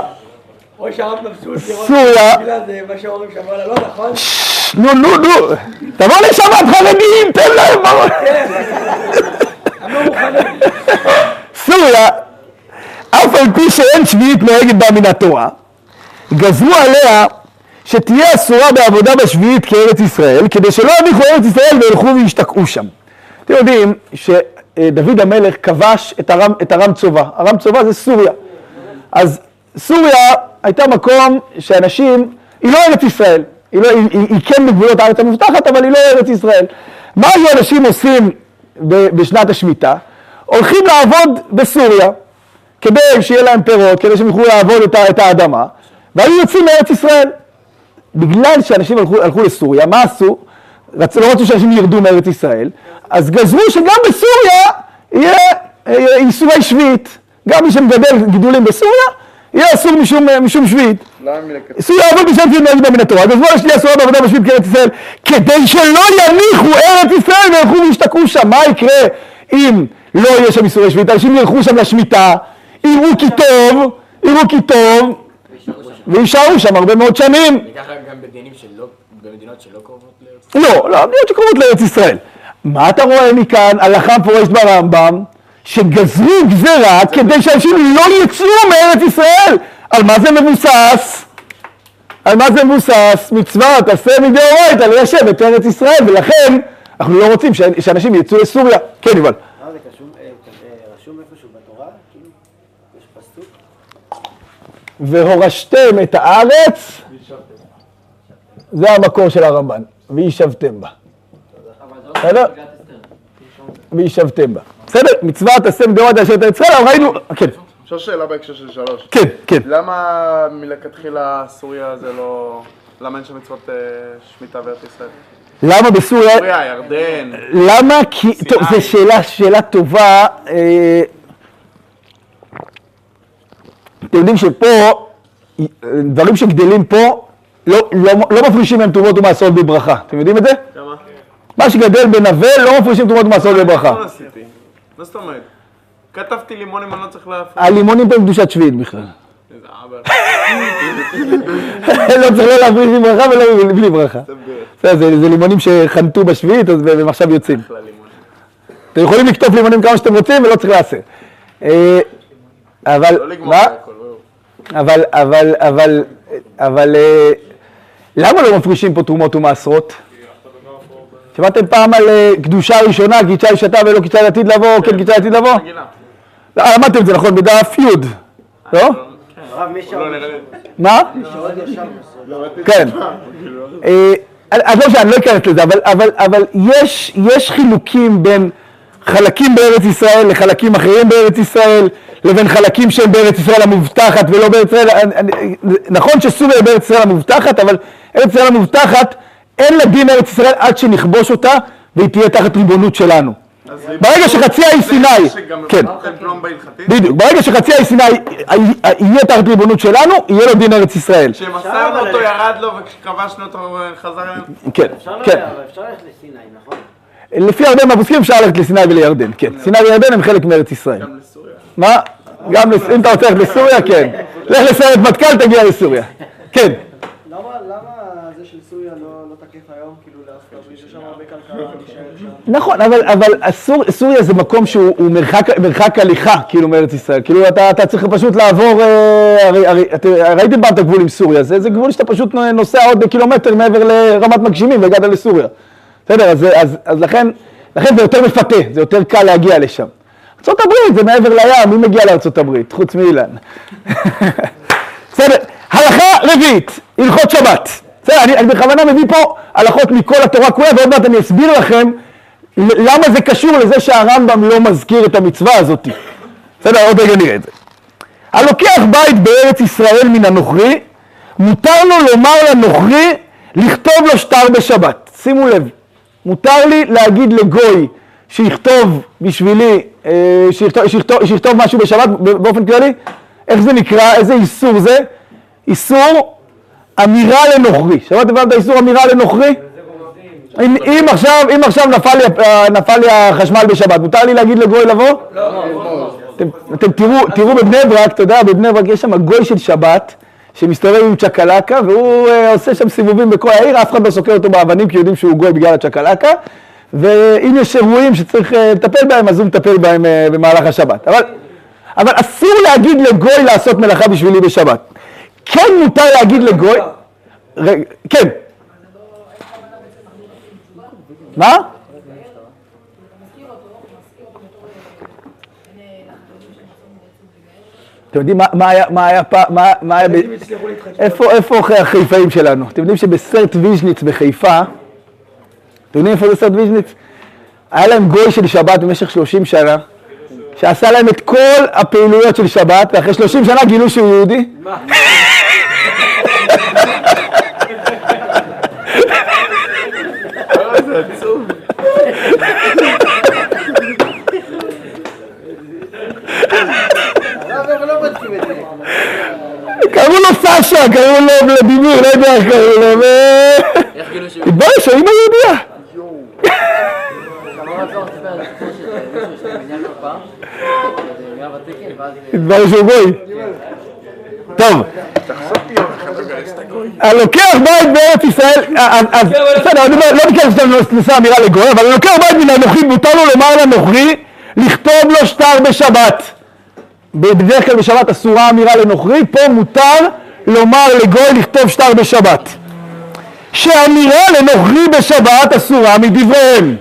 סוריה, מה שאומרים שמע לא נכון? נו, תבוא לשבת חרדים, תן להם בראש. סוריה, אף על פי שאין שביעית נוהגת בה מן התורה, גזרו עליה שתהיה אסורה בעבודה בשביעית כארץ ישראל, כדי שלא יניחו ארץ ישראל וילכו וישתקעו שם. אתם יודעים שדוד המלך כבש את ארם צובה. ארם צובה זה סוריה. אז סוריה הייתה מקום שאנשים, היא לא ארץ ישראל. היא כן בגבולות הארץ המובטחת, אבל היא לא ארץ ישראל. מה אנשים עושים בשנת השמיטה? הולכים לעבוד בסוריה, כדי שיהיה להם פירות, כדי שהם יוכלו לעבוד את האדמה, והיו יוצאים מארץ ישראל. בגלל שאנשים הלכו לסוריה, מה עשו? לא רצו שאנשים ירדו מארץ ישראל, אז גזרו שגם בסוריה יהיה איסורי שביעית. גם מי שמגדל גידולים בסוריה, יהיה אסור משום שביעית. אסור לעבוד בשם שביעית נוהגת בה מן התורה. גזרו על שתהיה אסורה בעבודה בשביעית כארץ ישראל, כדי שלא יניחו ארץ ישראל וילכו וישתקעו שם. מה יקרה אם לא יהיה שם איסורי שביעית? אנשים ילכו שם לשמיטה, יראו כי טוב, וישארו שם הרבה מאוד שנים. וככה גם במדינות שלא קרובות לארץ ישראל? לא, מדינות שקרובות לארץ ישראל. מה אתה רואה מכאן? הלכה מפורשת ברמב"ם, שגזרו גזרה כדי שאנשים לא יצאו מארץ ישראל. על מה זה מבוסס? מצוות עשה מדאורייתא ליישב את ארץ ישראל, ולכן אנחנו לא רוצים שאנשים יצאו לסוריה. כן, יובל. זה רשום איפשהו בתורה? כאילו, יש פסוק? והורשתם את הארץ, זה המקור של הרמב"ן, וישבתם בה. בסדר? וישבתם בה. בסדר? מצוות עשה מדאורייתא ליישב את ארץ ישראל, אבל ראינו, כן. אפשר שאלה בהקשר של 3. כן. למה מלכתחילה סוריה זה לא... למה אין שם מצוות שמיטה וארץ ישראל? למה בסוריה? סוריה, ירדן. למה? כי... טוב, זו שאלה טובה. אתם יודעים שפה, דברים שגדלים פה, לא מפרישים מהם תרומות ומעשרות בברכה. אתם יודעים את זה? למה? מה שגדל בנבל לא מפרישים תרומות ומעשרות בברכה. לא עשיתי. מה זאת אומרת? כתבתי לימונים, אני לא צריך להפריש. הלימונים פה הם קדושת שביעית בכלל. איזה אבא. לא צריך לא להפריש עם ברכה ולא בלי ברכה. זה לימונים שחנתו בשביעית והם עכשיו יוצאים. אתם יכולים לקטוף לימונים כמה שאתם רוצים ולא צריך לעשר. אבל, מה? אבל, למה לא מפרישים פה תרומות ומעשרות? שמעתם פעם על קדושה ראשונה, קידשה אישתה ולא קידשה לעתיד לבוא, או כן קידשה לעתיד לבוא? למדתם את זה נכון בדף י', לא? הרב, מי שעוד מה? כן. אז לא שאני לא אכנס לזה, אבל יש חילוקים בין חלקים בארץ ישראל לחלקים אחרים בארץ ישראל, לבין חלקים שהם בארץ ישראל המובטחת ולא בארץ ישראל. נכון שסוריה היא בארץ ישראל המובטחת, אבל ארץ ישראל המובטחת אין לה דין ארץ ישראל עד שנכבוש אותה והיא תהיה תחת ריבונות שלנו. ברגע שחצי האי סיני, כן, בדיוק, ברגע שחצי האי סיני יהיה תחת ריבונות שלנו, יהיה לו דין ארץ ישראל. כשמסרנו אותו ירד לו וכשכבשנו אותו חזר אלינו? כן, כן. אפשר ללכת לסיני, נכון? לפי הרבה מהפוסקים אפשר ללכת לסיני ולירדן, כן. סיני וירדן הם חלק מארץ ישראל. גם לסוריה. מה? גם אם אתה רוצה ללכת לסוריה, כן. לך לסיירת מטכ"ל, תגיע לסוריה. כן. למה זה של סוריה לא תקף היום, כאילו לארצות הברית, שיש שם הרבה כלכלה, נשאר שם? נכון, אבל סוריה זה מקום שהוא מרחק הליכה, כאילו מארץ ישראל. כאילו אתה צריך פשוט לעבור, ראיתם פעם את הגבול עם סוריה, זה גבול שאתה פשוט נוסע עוד קילומטר מעבר לרמת מגשימים והגעת לסוריה. בסדר, אז לכן זה יותר מפתה, זה יותר קל להגיע לשם. ארצות הברית זה מעבר לים, מי מגיע לארצות הברית? חוץ מאילן. בסדר, הלכה רביעית, הלכות שבת. בסדר, אני בכוונה מביא פה הלכות מכל התורה כולה, ועוד מעט אני אסביר לכם למה זה קשור לזה שהרמב"ם לא מזכיר את המצווה הזאת. בסדר, עוד רגע נראה את זה. הלוקח בית בארץ ישראל מן הנוכרי, מותר לו לומר לנוכרי לכתוב לו שטר בשבת. שימו לב, מותר לי להגיד לגוי שיכתוב בשבילי, שיכתוב משהו בשבת באופן כללי? איך זה נקרא? איזה איסור זה? איסור אמירה לנוכרי. שמעתם פעם את האיסור אמירה לנוכרי? אם עכשיו נפל לי החשמל בשבת, מותר לי להגיד לגוי לבוא? לא. אתם תראו בבני ברק, אתה יודע, בבני ברק יש שם גוי של שבת, שמסתובב עם צ'קלקה, והוא עושה שם סיבובים בכל העיר, אף אחד לא סוקר אותו באבנים, כי יודעים שהוא גוי בגלל הצ'קלקה, ואם יש אירועים שצריך לטפל בהם, אז הוא מטפל בהם במהלך השבת. אבל אסור להגיד לגוי לעשות מלאכה בשבילי בשבת. כן מותר להגיד לגוי... כן. מה? אתם יודעים מה היה פעם, איפה החיפאים שלנו? אתם יודעים שבסרט ויז'ניץ בחיפה, אתם יודעים איפה זה סרט ויז'ניץ? היה להם גוי של שבת במשך 30 שנה, שעשה להם את כל הפעילויות של שבת, ואחרי 30 שנה גילו שהוא יהודי. זה עצוב. קראו לו סשה, קראו לו ולדימיר, לא יודע איך קראו לו, התברר שאמא יהודיה. התברר שהוא גוי. טוב. הלוקח בית בארץ ישראל, אז בסדר, אני לא ביקש לנסה אמירה לגוי, אבל הלוקח בית מן הנוכרי, מותר לו לומר לנוכרי, לכתוב לו שטר בשבת. בדרך כלל בשבת אסורה אמירה לנוכרי, פה מותר לומר לגוי לכתוב שטר בשבת. שאמירה לנוכרי בשבת אסורה מדבריהם.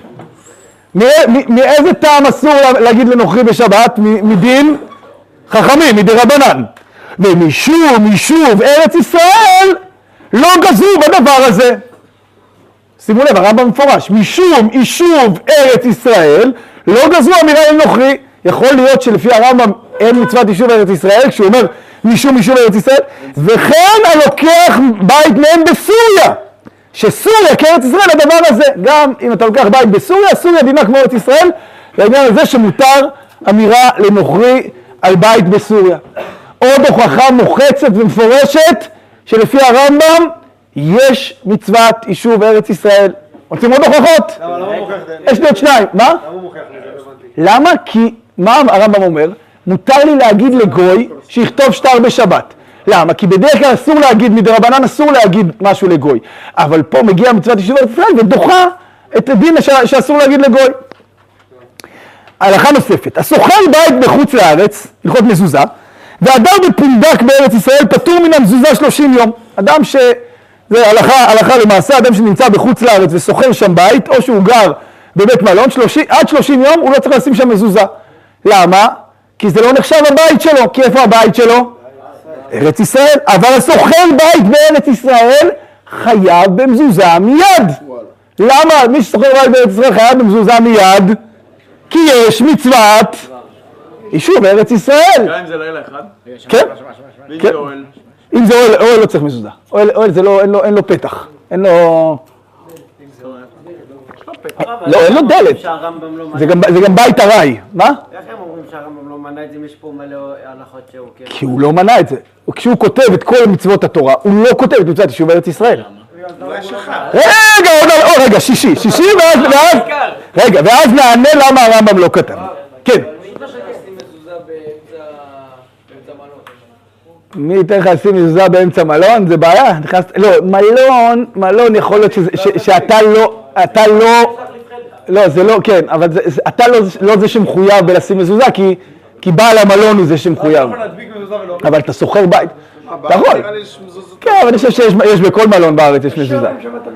מאיזה טעם אסור להגיד לנוכרי בשבת? מדין חכמים, מדרבנן. ומשום יישוב ארץ ישראל לא גזרו בדבר הזה. שימו לב, הרמב"ם מפורש, משום יישוב ארץ ישראל לא גזרו אמירה לנוכרי. יכול להיות שלפי הרמב"ם אין מצוות יישוב ארץ ישראל, כשהוא אומר משום יישוב ארץ ישראל, וכן הלוקח בית מהם בסוריה, שסוריה כארץ ישראל הדבר הזה, גם אם אתה לוקח בית בסוריה, סוריה דינה כמו ארץ ישראל, לעניין הזה שמותר אמירה לנוכרי על בית בסוריה. עוד הוכחה מוחצת ומפורשת שלפי הרמב"ם יש מצוות יישוב ארץ ישראל. רוצים עוד הוכחות? למה מוכיח? יש לי עוד שניים. מה? למה מוכיח לזה? למה? כי מה הרמב"ם אומר? מותר לי להגיד לגוי שיכתוב שטר בשבת. למה? כי בדרך כלל אסור להגיד, מדרבנן אסור להגיד משהו לגוי. אבל פה מגיע מצוות יישוב ארץ ישראל ודוחה את הדין שאסור להגיד לגוי. הלכה נוספת, הסוחר בית בחוץ לארץ, הלכות מזוזה, ואדם בפונדק בארץ ישראל פטור מן המזוזה 30 יום. אדם ש... זה הלכה למעשה, אדם שנמצא בחוץ לארץ וסוחר שם בית, או שהוא גר בבית מלון, עד 30 יום הוא לא צריך לשים שם מזוזה. למה? כי זה לא נחשב הבית שלו. כי איפה הבית שלו? ארץ ישראל. אבל הסוחר בית בארץ ישראל חייב במזוזה מיד. למה? מי שסוחר בית בארץ ישראל חייב במזוזה מיד? כי יש מצוות יישוב בארץ ישראל. גם אם זה לילה אחד? כן. ואם זה אוהל? אם זה אוהל לא צריך מזוזה. אוהל זה לא, אין לו פתח. אין לו... לא, אין לו דלת. זה גם בית ארעי. מה? איך הם אומרים שהרמב"ם לא מנע את זה אם יש פה מלא הלכות שהוא כן? כי הוא לא מנע את זה. כשהוא כותב את כל מצוות התורה, הוא לא כותב את מצוות יישוב בארץ ישראל. רגע, שישי ואז נענה למה הרמב"ם לא כתב. כן. מי ייתן לך לשים מזוזה באמצע מלון? זה בעיה? לא, מלון יכול להיות שאתה לא, זה לא, כן, אבל אתה לא זה שמחויב בלשים מזוזה, כי בעל המלון הוא זה שמחויב. אבל אתה סוחר בית. אתה יכול. כן, אבל אני חושב שיש בכל מלון בארץ יש מזוזה.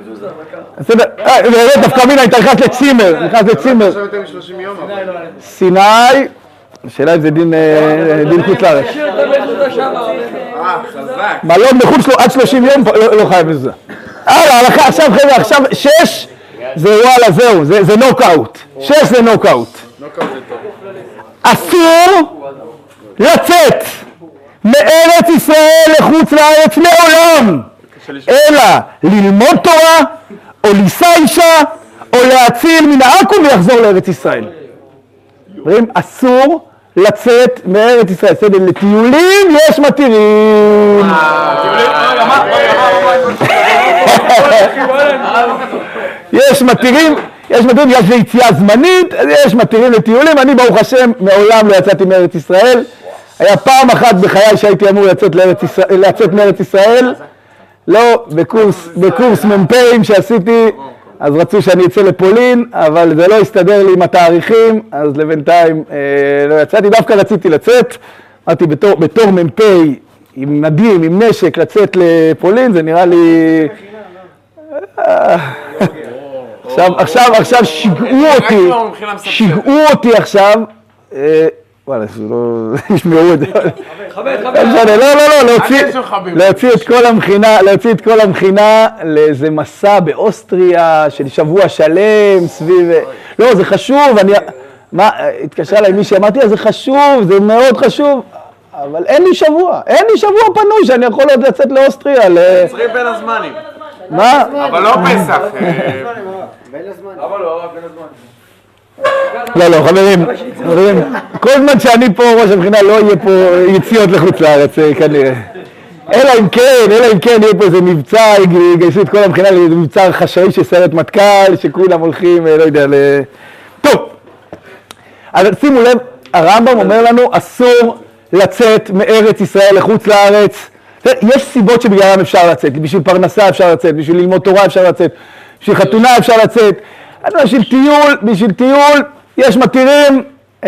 דווקא מינה, אתה נכנס לצימר. סיני, השאלה אם זה דין חוץ לארץ. מלון בחוץ שלו עד 30 יום לא חייב מזוזה. הלכה, עכשיו חבר'ה, עכשיו 6 זה וואלה זהו, זה נוקאוט. 6 זה נוקאוט. אסור לצאת מארץ ישראל לחוץ לארץ לעולם, אלא ללמוד תורה, או לישא אישה, או להציל מן העכו"ם ולחזור לארץ ישראל. אסור לצאת מארץ ישראל. בסדר, לטיולים יש מתירים. יש מתירים, בגלל שזה יציאה זמנית, אז יש מתירים לטיולים. אני ברוך השם מעולם לא יצאתי מארץ ישראל. היה פעם אחת בחיי שהייתי אמור לצאת מארץ ישראל. לא, בקורס מ"פים שעשיתי, אז רצו שאני אצא לפולין, אבל זה לא הסתדר לי עם התאריכים, אז לבינתיים לא יצאתי. דווקא רציתי לצאת, אמרתי בתור מ"פ עם נדים, עם נשק, לצאת לפולין, זה נראה לי... עכשיו שיגעו אותי עכשיו, וואלה, שלא ישמעו את זה. להוציא את כל המכינה לאיזה מסע באוסטריה של שבוע שלם סביב... לא, זה חשוב, התקשר אליי מישהי, אמרתי, זה חשוב, זה מאוד חשוב, אבל אין לי שבוע פנוי שאני יכול עוד לצאת לאוסטריה. עשרים בין הזמנים. מה? אבל לא פסח. לא, חברים, כל זמן שאני פה ראש המכינה לא יהיה פה יציאות לחוץ לארץ כנראה. אלא אם כן יהיה פה איזה מבצע, יגייסו את כל המכינה לאיזה מבצע חשאי של סיירת מטכ"ל, שכולם הולכים, לא יודע, טוב, אז שימו לב, הרמב"ם אומר לנו, אסור לצאת מארץ ישראל לחוץ לארץ. יש סיבות שבגללם אפשר לצאת, בשביל פרנסה אפשר לצאת, בשביל ללמוד תורה אפשר לצאת, בשביל חתונה אפשר לצאת. בשביל טיול יש מתירים,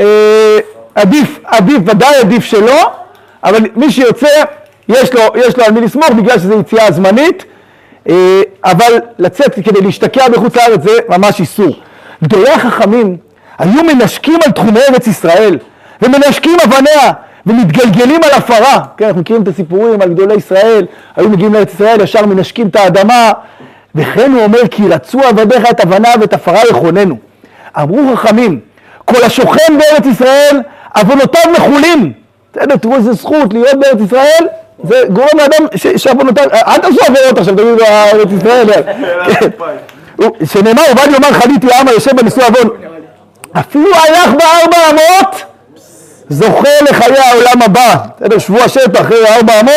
ודאי עדיף שלא, אבל מי שיוצא יש לו על מי לסמוך בגלל שזה יציאה זמנית, אבל לצאת כדי להשתקע בחוץ לארץ זה ממש איסור. גדולי החכמים היו מנשקים על תחומי ארץ ישראל, ומנשקים אבניה, ומתגלגלים על הפרה. כן, אנחנו מכירים את הסיפורים על גדולי ישראל, היו מגיעים לארץ ישראל, ישר מנשקים את האדמה, וכן הוא אומר, כי רצו עבדיך את אבנה ואת הפרה יכוננו. אמרו חכמים, כל השוכן בארץ ישראל, עוונותיו מחולים. תראו איזה זכות להיות בארץ ישראל, זה גורם לאדם שעוונותיו, אל תעשו עבירות עכשיו, תגידו בארץ ישראל. שנאמר, עובדיה אומר, חליתי העם היושב בנישוא עוון. אפילו הלך בארבע אמות, זוכה לחיי העולם הבא. שבוע שטח אחרי 400.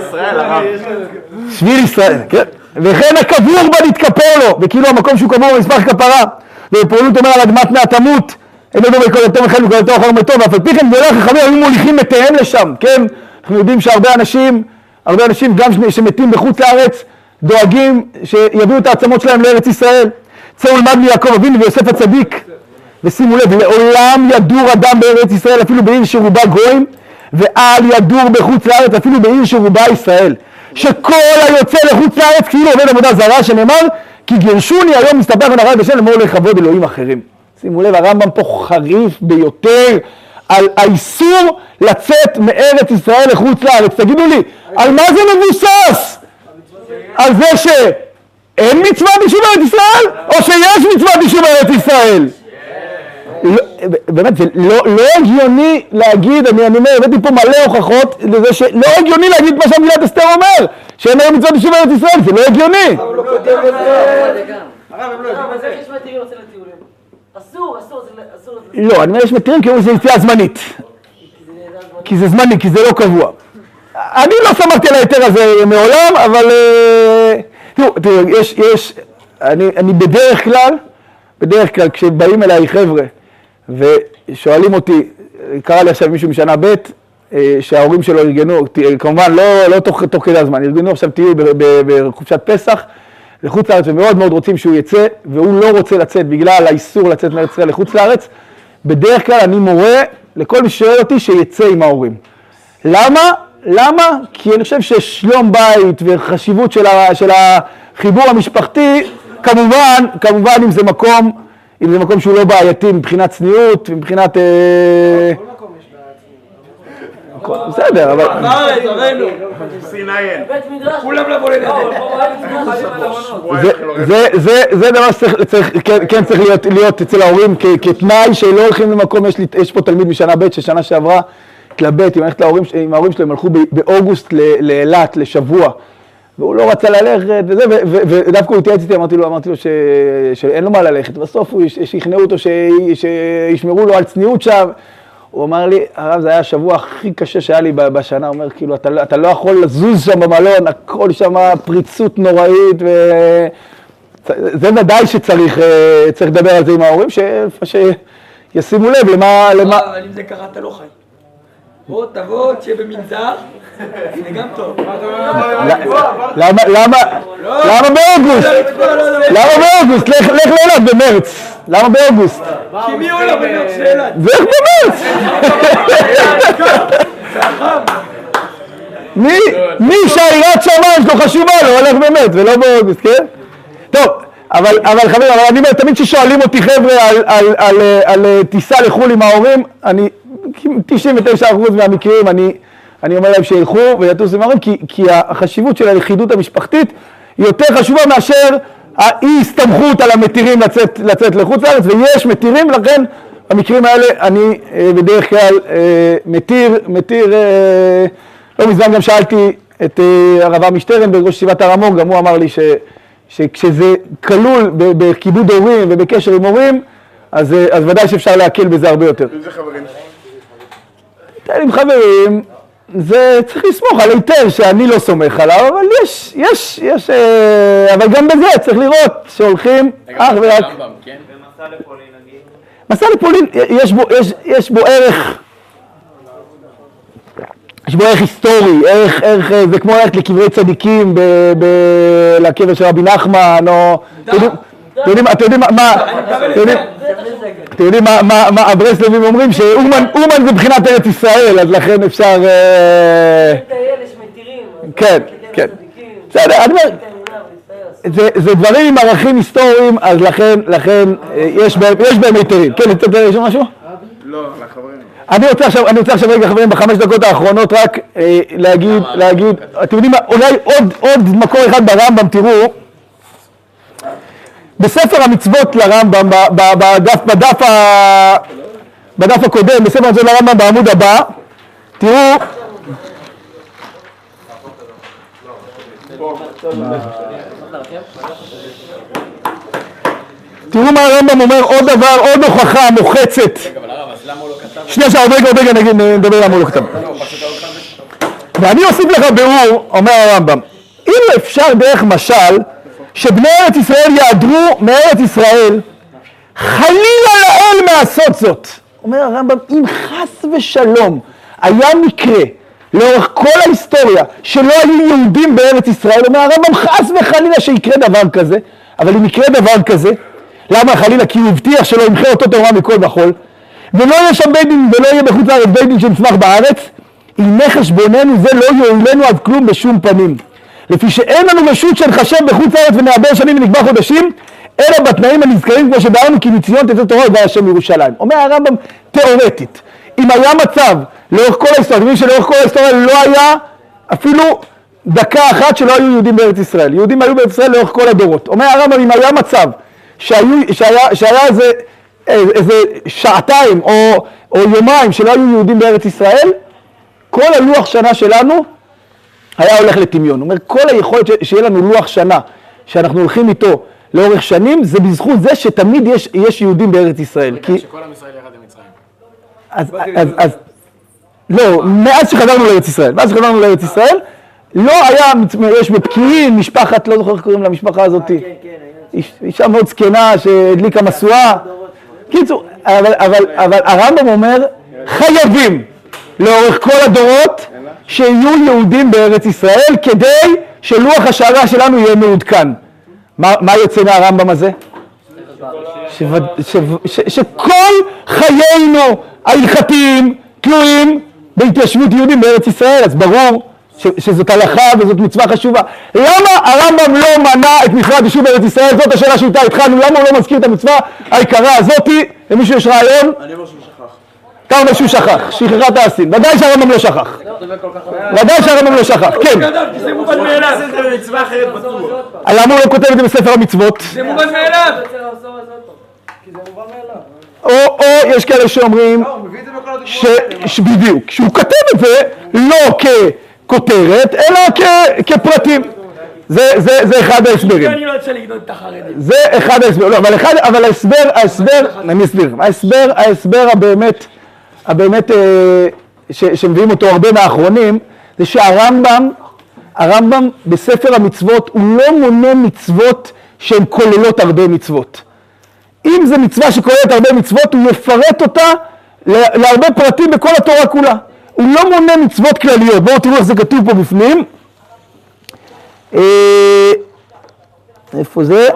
שביל ישראל, כן. וכן הקבור בה נתכפר לו, וכאילו המקום שהוא קבור במסמך כפרה. ובפעולות אומר על אדמת מאה תמות, אין לדבר בקודתו מחל וקודתו אחר מתו, ואף על פי כן גדולי החכמים היו מוליכים מתיהם לשם, כן? אנחנו יודעים שהרבה אנשים גם שמתים בחוץ לארץ, דואגים שיביאו את העצמות שלהם לארץ ישראל. צאו ולמד מיעקב אבינו ויוסף הצדיק, ושימו לב, לעולם ידור אדם בארץ ישראל, אפילו בעיר שרובה גויים, ואל ידור בחוץ לארץ, אפילו בעיר שרובה ישראל. שכל היוצא לחוץ לארץ כאילו עובד עבודה זרה, שנאמר, כי גירשוני היום מסתפק ונראה בשם לאמור לכבוד אלוהים אחרים. שימו לב, הרמב"ם פה חריף ביותר על האיסור לצאת מארץ ישראל לחוץ לארץ. תגידו לי, על מה זה מבוסס? על זה שאין מצווה בשביל ארץ ישראל, או שיש מצווה בשביל ארץ ישראל? באמת, זה לא הגיוני להגיד, אני הבאתי פה מלא הוכחות לזה שלא הגיוני להגיד מה שהמגילת אסתר אומר, שאין היום מצוות בשביל ארץ ישראל, זה לא הגיוני. הרב, הם לא יודעים מה זה. יש מתירים לצאת לטיולים. אסור. לא, אני אומר יש מתירים כי זה יציאה זמנית. כי זה זמני, כי זה לא קבוע. אני לא שמחתי על היתר הזה מעולם, אבל תראו, אני בדרך כלל כשבאים אליי חבר'ה ושואלים אותי, קרא לי עכשיו מישהו משנה ב' שההורים שלו ארגנו, כמובן לא תוך כדי הזמן, ארגנו עכשיו טיול בחופשת פסח לחוץ לארץ ומאוד מאוד רוצים שהוא יצא והוא לא רוצה לצאת בגלל האיסור לצאת מארץ ישראל לחוץ לארץ. בדרך כלל אני מורה לכל מי שואל אותי שיצא עם ההורים. למה? כי אני חושב ששלום בית וחשיבות של החיבור המשפחתי, כמובן אם זה מקום שהוא לא בעייתי מבחינת צניעות, מבחינת... כל מקום יש בעייתי. בסדר, אבל... כולם לבוא זה דבר שכן צריך להיות אצל ההורים כתנאי שלא הולכים למקום, יש פה תלמיד משנה ב' ששנה שעברה התלבט, עם ההורים שלהם הלכו באוגוסט לאילת לשבוע, והוא לא רצה ללכת וזה, ודווקא הוא התייעץ איתי, אמרתי לו שאין לו מה ללכת, בסוף הוא שכנעו אותו שישמרו לו על צניעות שם, הוא אמר לי, הרב, זה היה השבוע הכי קשה שהיה לי בשנה, הוא אומר, כאילו, אתה לא יכול לזוז שם במלון, הכל שם פריצות נוראית, זה ודאי שצריך לדבר על זה עם ההורים, שישימו לב למה... אבל אם זה ככה אתה לא חי. בוא, תבוא, תהיה במנזר, זה גם טוב. למה באוגוסט? למה באוגוסט? לך לאילת במרץ. למה באוגוסט? כי מי עולה במרץ לאילת? זה איך במרץ? מי שהעירת שמיים שלו חשובה לו הולך במרץ ולא באוגוסט, כן? טוב, אבל חברים, אני אומר, תמיד ששואלים אותי חבר'ה על טיסה לחו"ל עם ההורים, אני 99% מהמקרים אני אומר להם שילכו ויטוסו עם ההורים, כי החשיבות של הלכידות המשפחתית היא יותר חשובה מאשר האי הסתמכות על המתירים לצאת לחוץ לארץ, ויש מתירים, לכן במקרים האלה אני בדרך כלל מתיר, לא מזמן גם שאלתי את הרב עמי שטרן בראש ישיבת הר המור, גם הוא אמר לי שכשזה כלול בכיבוד הורים ובקשר עם הורים, אז ודאי שאפשר להקל בזה הרבה יותר. איזה חברים? עם חברים, זה צריך לסמוך על היתר שאני לא סומך עליו, אבל יש, אבל גם בזה צריך לראות שהולכים אך ורק... ומסע לפולין נגיד? מסע לפולין, יש בו ערך היסטורי, זה כמו ללכת לקברי צדיקים, לקבר של רבי נחמן, או... אתם יודעים מה הברסלבים אומרים? שאומן זה בחינת ארץ ישראל, אז לכן אפשר... כן, כן. בסדר, אני אומר, זה דברים עם ערכים היסטוריים, אז לכן יש בהם היתרים. כן, יש משהו? לא, לחברים. אני רוצה עכשיו רגע חברים ב5 דקות האחרונות רק להגיד, אתם יודעים מה, אולי עוד מקור אחד ברמב"ם, תראו, בספר המצוות לרמב"ם, בדף הקודם, בספר המצוות לרמב"ם בעמוד הבא, תראו, תראו מה הרמב"ם אומר, עוד דבר, עוד הוכחה מוחצת. שנייה רגע, נדבר למה הוא לא כתב. ואני אוסיף לך ביאור, אומר הרמב"ם, אם אפשר דרך משל, שבני ארץ ישראל יעדרו מארץ ישראל, חלילה לאל מעשות זאת. אומר הרמב"ם, אם חס ושלום היה מקרה לאורך כל ההיסטוריה שלא היו יהודים בארץ ישראל, אומר הרמב"ם, חס וחלילה שיקרה דבר כזה, אבל אם יקרה דבר כזה, למה חלילה? כי הוא הבטיח שלא ימחה אותו תורה מכל וכל, ולא יהיה שם בית דין ולא יהיה בחוץ לארץ בית דין שנצמח בארץ, אם חשבוננו זה לא יועילנו עד כלום בשום פנים. לפי שאין לנו רשות שנחשב בחוץ לארץ ונעבר שנים ונקבע חודשים, אלא בתנאים הנזכרים כמו שבארנו כי מציון תצא תורה ובא השם ירושלים. אומר הרמב"ם תיאורטית, אם היה מצב לאורך כל ההיסטוריה, אתם יודעים שלאורך כל ההיסטוריה לא היה אפילו דקה אחת שלא היו יהודים בארץ ישראל. יהודים היו בארץ ישראל לאורך כל הדורות. אומר הרמב"ם, אם היה מצב שהיה איזה שעתיים או יומיים שלא היו יהודים בארץ ישראל, כל הלוח שנה שלנו היה הולך לטמיון. הוא אומר, כל היכולת שיהיה לנו לוח שנה שאנחנו הולכים איתו לאורך שנים, זה בזכות זה שתמיד יש יהודים בארץ ישראל. שכל עם ישראל ירד למצרים. אז לא, מאז שחזרנו לארץ ישראל, לא היה, יש בפקיעין, משפחת, לא זוכר איך קוראים למשפחה הזאת. אישה מאוד זקנה שהדליקה משואה. קיצור, אבל הרמב"ם אומר, חייבים לאורך כל הדורות שיהיו יהודים בארץ ישראל כדי שלוח השערה שלנו יהיה מעודכן. מה יוצא מהרמב"ם הזה? שכל חיינו ההלכתיים תלויים בהתיישבות יהודים בארץ ישראל, אז ברור שזאת הלכה וזאת מצווה חשובה. למה הרמב"ם לא מנע את מצוות יישוב בארץ ישראל? זאת השאלה שאיתה התחלנו, למה הוא לא מזכיר את המצווה היקרה הזאתי? למישהו יש רעיון? אני אומר שהוא שכח. אתה אומר שהוא שכח, שכחת העשים. ודאי שהרמב"ם לא שכח. כן. זה מובן מאליו. זה מצווה אחרת בטוח. למה הוא לא כותב את זה בספר המצוות? זה מובן מאליו. או יש כאלה שאומרים בדיוק, שהוא כותב את זה לא ככותרת, אלא כפרטים. זה אחד ההסברים. אני לא רוצה לגדול את החרדים. זה אחד ההסברים. אבל ההסבר, אני אסביר. ההסבר הבאמת הבאמת שמביאים אותו הרבה מהאחרונים, זה שהרמב"ם בספר המצוות הוא לא מונה מצוות שהן כוללות הרבה מצוות. אם זה מצווה שכוללת הרבה מצוות, הוא יפרט אותה להרבה פרטים בכל התורה כולה. הוא לא מונה מצוות כלליות. בואו תראו איך זה כתוב פה בפנים. איפה זה?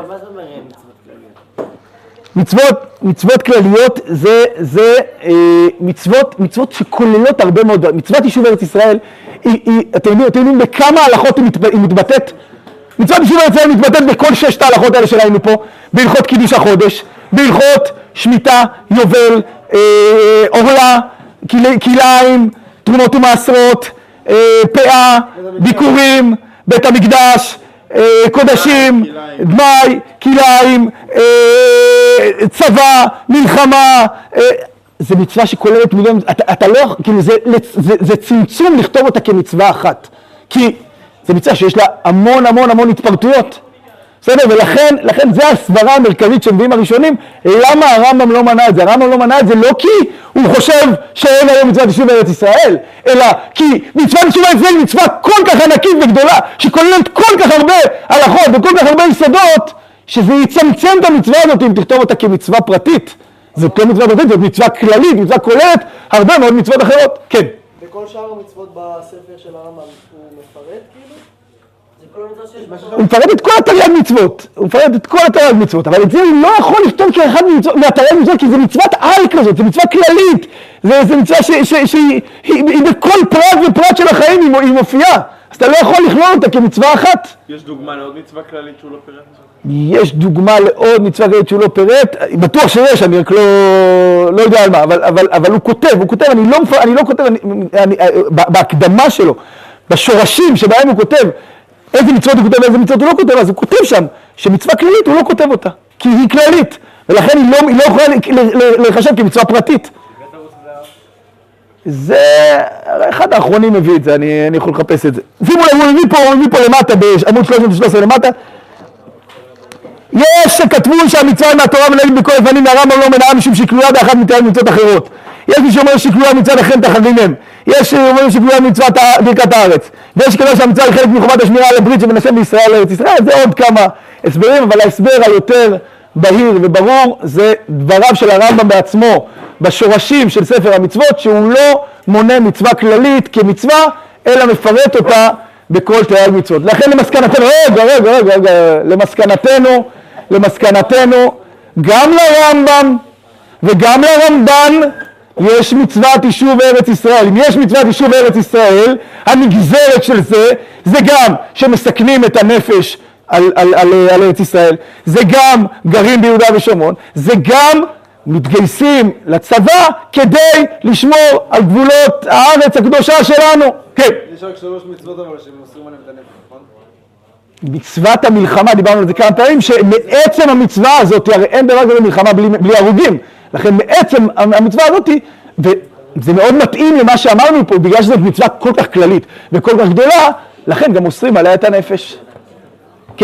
מצוות כלליות זה מצוות שכוללות הרבה מאוד. מצוות יישוב ארץ ישראל, אתם יודעים בכמה הלכות היא מתבטאת? מצוות יישוב ארץ ישראל מתבטאת בכל 6 ההלכות האלה שראינו פה, בהלכות קידוש החודש, בהלכות שמיטה, יובל, עורלה, כליים, תרומות ומעשרות, פאה, ביקורים, בית המקדש, קודשים, דמי, כליים, צבא, מלחמה. זה מצווה שכוללת מיליון, אתה לא, כאילו זה צמצום לכתוב אותה כמצווה אחת, כי זה מצווה שיש לה המון התפרטויות. בסדר? ולכן זה הסברה המרכזית שמביאים הראשונים, למה הרמב"ם לא מנה את זה. הרמב"ם לא מנה את זה לא כי הוא חושב שאין היום מצוות יישוב ארץ ישראל, אלא כי מצוות יישוב ארץ ישראל היא מצווה כל כך ענקית וגדולה, שכוללת כל כך הרבה הלכות וכל כך הרבה יסודות, שזה יצמצם את המצווה הזאת אם תכתוב אותה כמצווה פרטית. זאת לא מצווה פרטית, זאת מצווה כללית, מצווה כוללת הרבה מאוד מצוות אחרות. כן. בכל שאר המצוות בספר של הרמב"ם הוא מפרט כאילו? הוא מפרט את כל התרי"ג מצוות, אבל את זה הוא לא יכול לכתוב כאחד מהתרי"ג מצוות, כי זה מצוות על כזאת, זה מצווה כללית, זה מצווה שהיא בכל פרט ופרט של החיים היא מופיעה, אז אתה לא יכול לכלול אותה כמצווה אחת. יש דוגמה לעוד מצווה כללית שהוא לא פירט? יש דוגמה לעוד מצווה כללית שהוא לא פירט, בטוח שיש, אני רק לא יודע על מה, אבל הוא כותב, אני לא כותב, בהקדמה שלו, בשורשים שבהם הוא כותב, איזה מצוות הוא כותב ואיזה מצוות הוא לא כותב, אז הוא כותב שם שמצווה כללית הוא לא כותב אותה, כי היא כללית, ולכן היא לא יכולה לחשב כמצווה פרטית. זה, אחד האחרונים מביא את זה, אני יכול לחפש את זה. שימו לב, הוא מביא פה למטה, בעמוד 313 למטה, יש שכתבו שהמצווה מהתורה מנהגת בכל אבנים, והרמב"ם לא מנעה משום שכלולה באחת מתרי"ג מצוות אחרות. יש מי שאומר שכלולה מצוות אחרת תחרימם. יש שאומרים שכלולה מצוות ברכת הארץ. ויש כאלה שהמצווה היא חלק מחובת השמירה על הברית שמנסים בישראל לארץ ישראל. זה עוד כמה הסברים, אבל ההסבר היותר בהיר וברור זה דבריו של הרמב"ם בעצמו בשורשים של ספר המצוות, שהוא לא מונה מצווה כללית כמצווה, אלא מפרט אותה בכל תרי"ג מצוות. לכן למסקנתנו, למסקנתנו, גם לרמב"ם וגם לרמב"ן יש מצוות יישוב ארץ ישראל. אם יש מצוות יישוב ארץ ישראל, הנגזרת של זה גם שמסכנים את הנפש על ארץ ישראל, זה גם גרים ביהודה ושומרון, זה גם מתגייסים לצבא כדי לשמור על גבולות הארץ הקדושה שלנו. כן. יש רק 3 מצוות אבל שהם מוסרים עליהם את הנפש, נכון? מצוות המלחמה, דיברנו על זה כמה פעמים, שמעצם המצווה הזאת, הרי אין דבר כזה מלחמה בלי הרוגים, לכן מעצם המצווה הזאת, וזה מאוד מתאים למה שאמרנו פה, בגלל שזאת מצווה כל כך כללית וכל כך גדולה, לכן גם מוסרים עליה את הנפש. כן.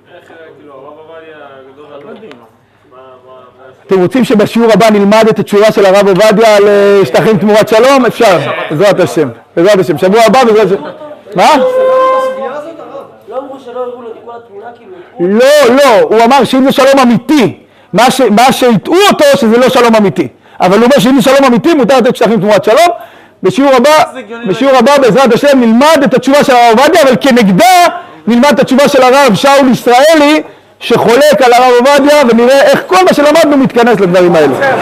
אתם רוצים שבשיעור הבא נלמד את התשובה של הרב עובדיה על שטחים תמורת שלום? אפשר, בעזרת השם. שבוע הבא בעזרת השם. מה? לא אמרו שלא הראו לו את כל התמונה כאילו... לא, הוא אמר שאם זה שלום אמיתי, מה שהטעו אותו שזה לא שלום אמיתי. אבל הוא אומר שאם זה שלום אמיתי מותר לתת שטחים תמורת שלום. בשיעור הבא בעזרת השם נלמד את התשובה של הרב עובדיה, אבל כנגדה נלמד את התשובה של הרב שאול ישראלי, שחולק על הרב עובדיה, ונראה איך כל מה שלמדנו מתכנס לדברים האלו.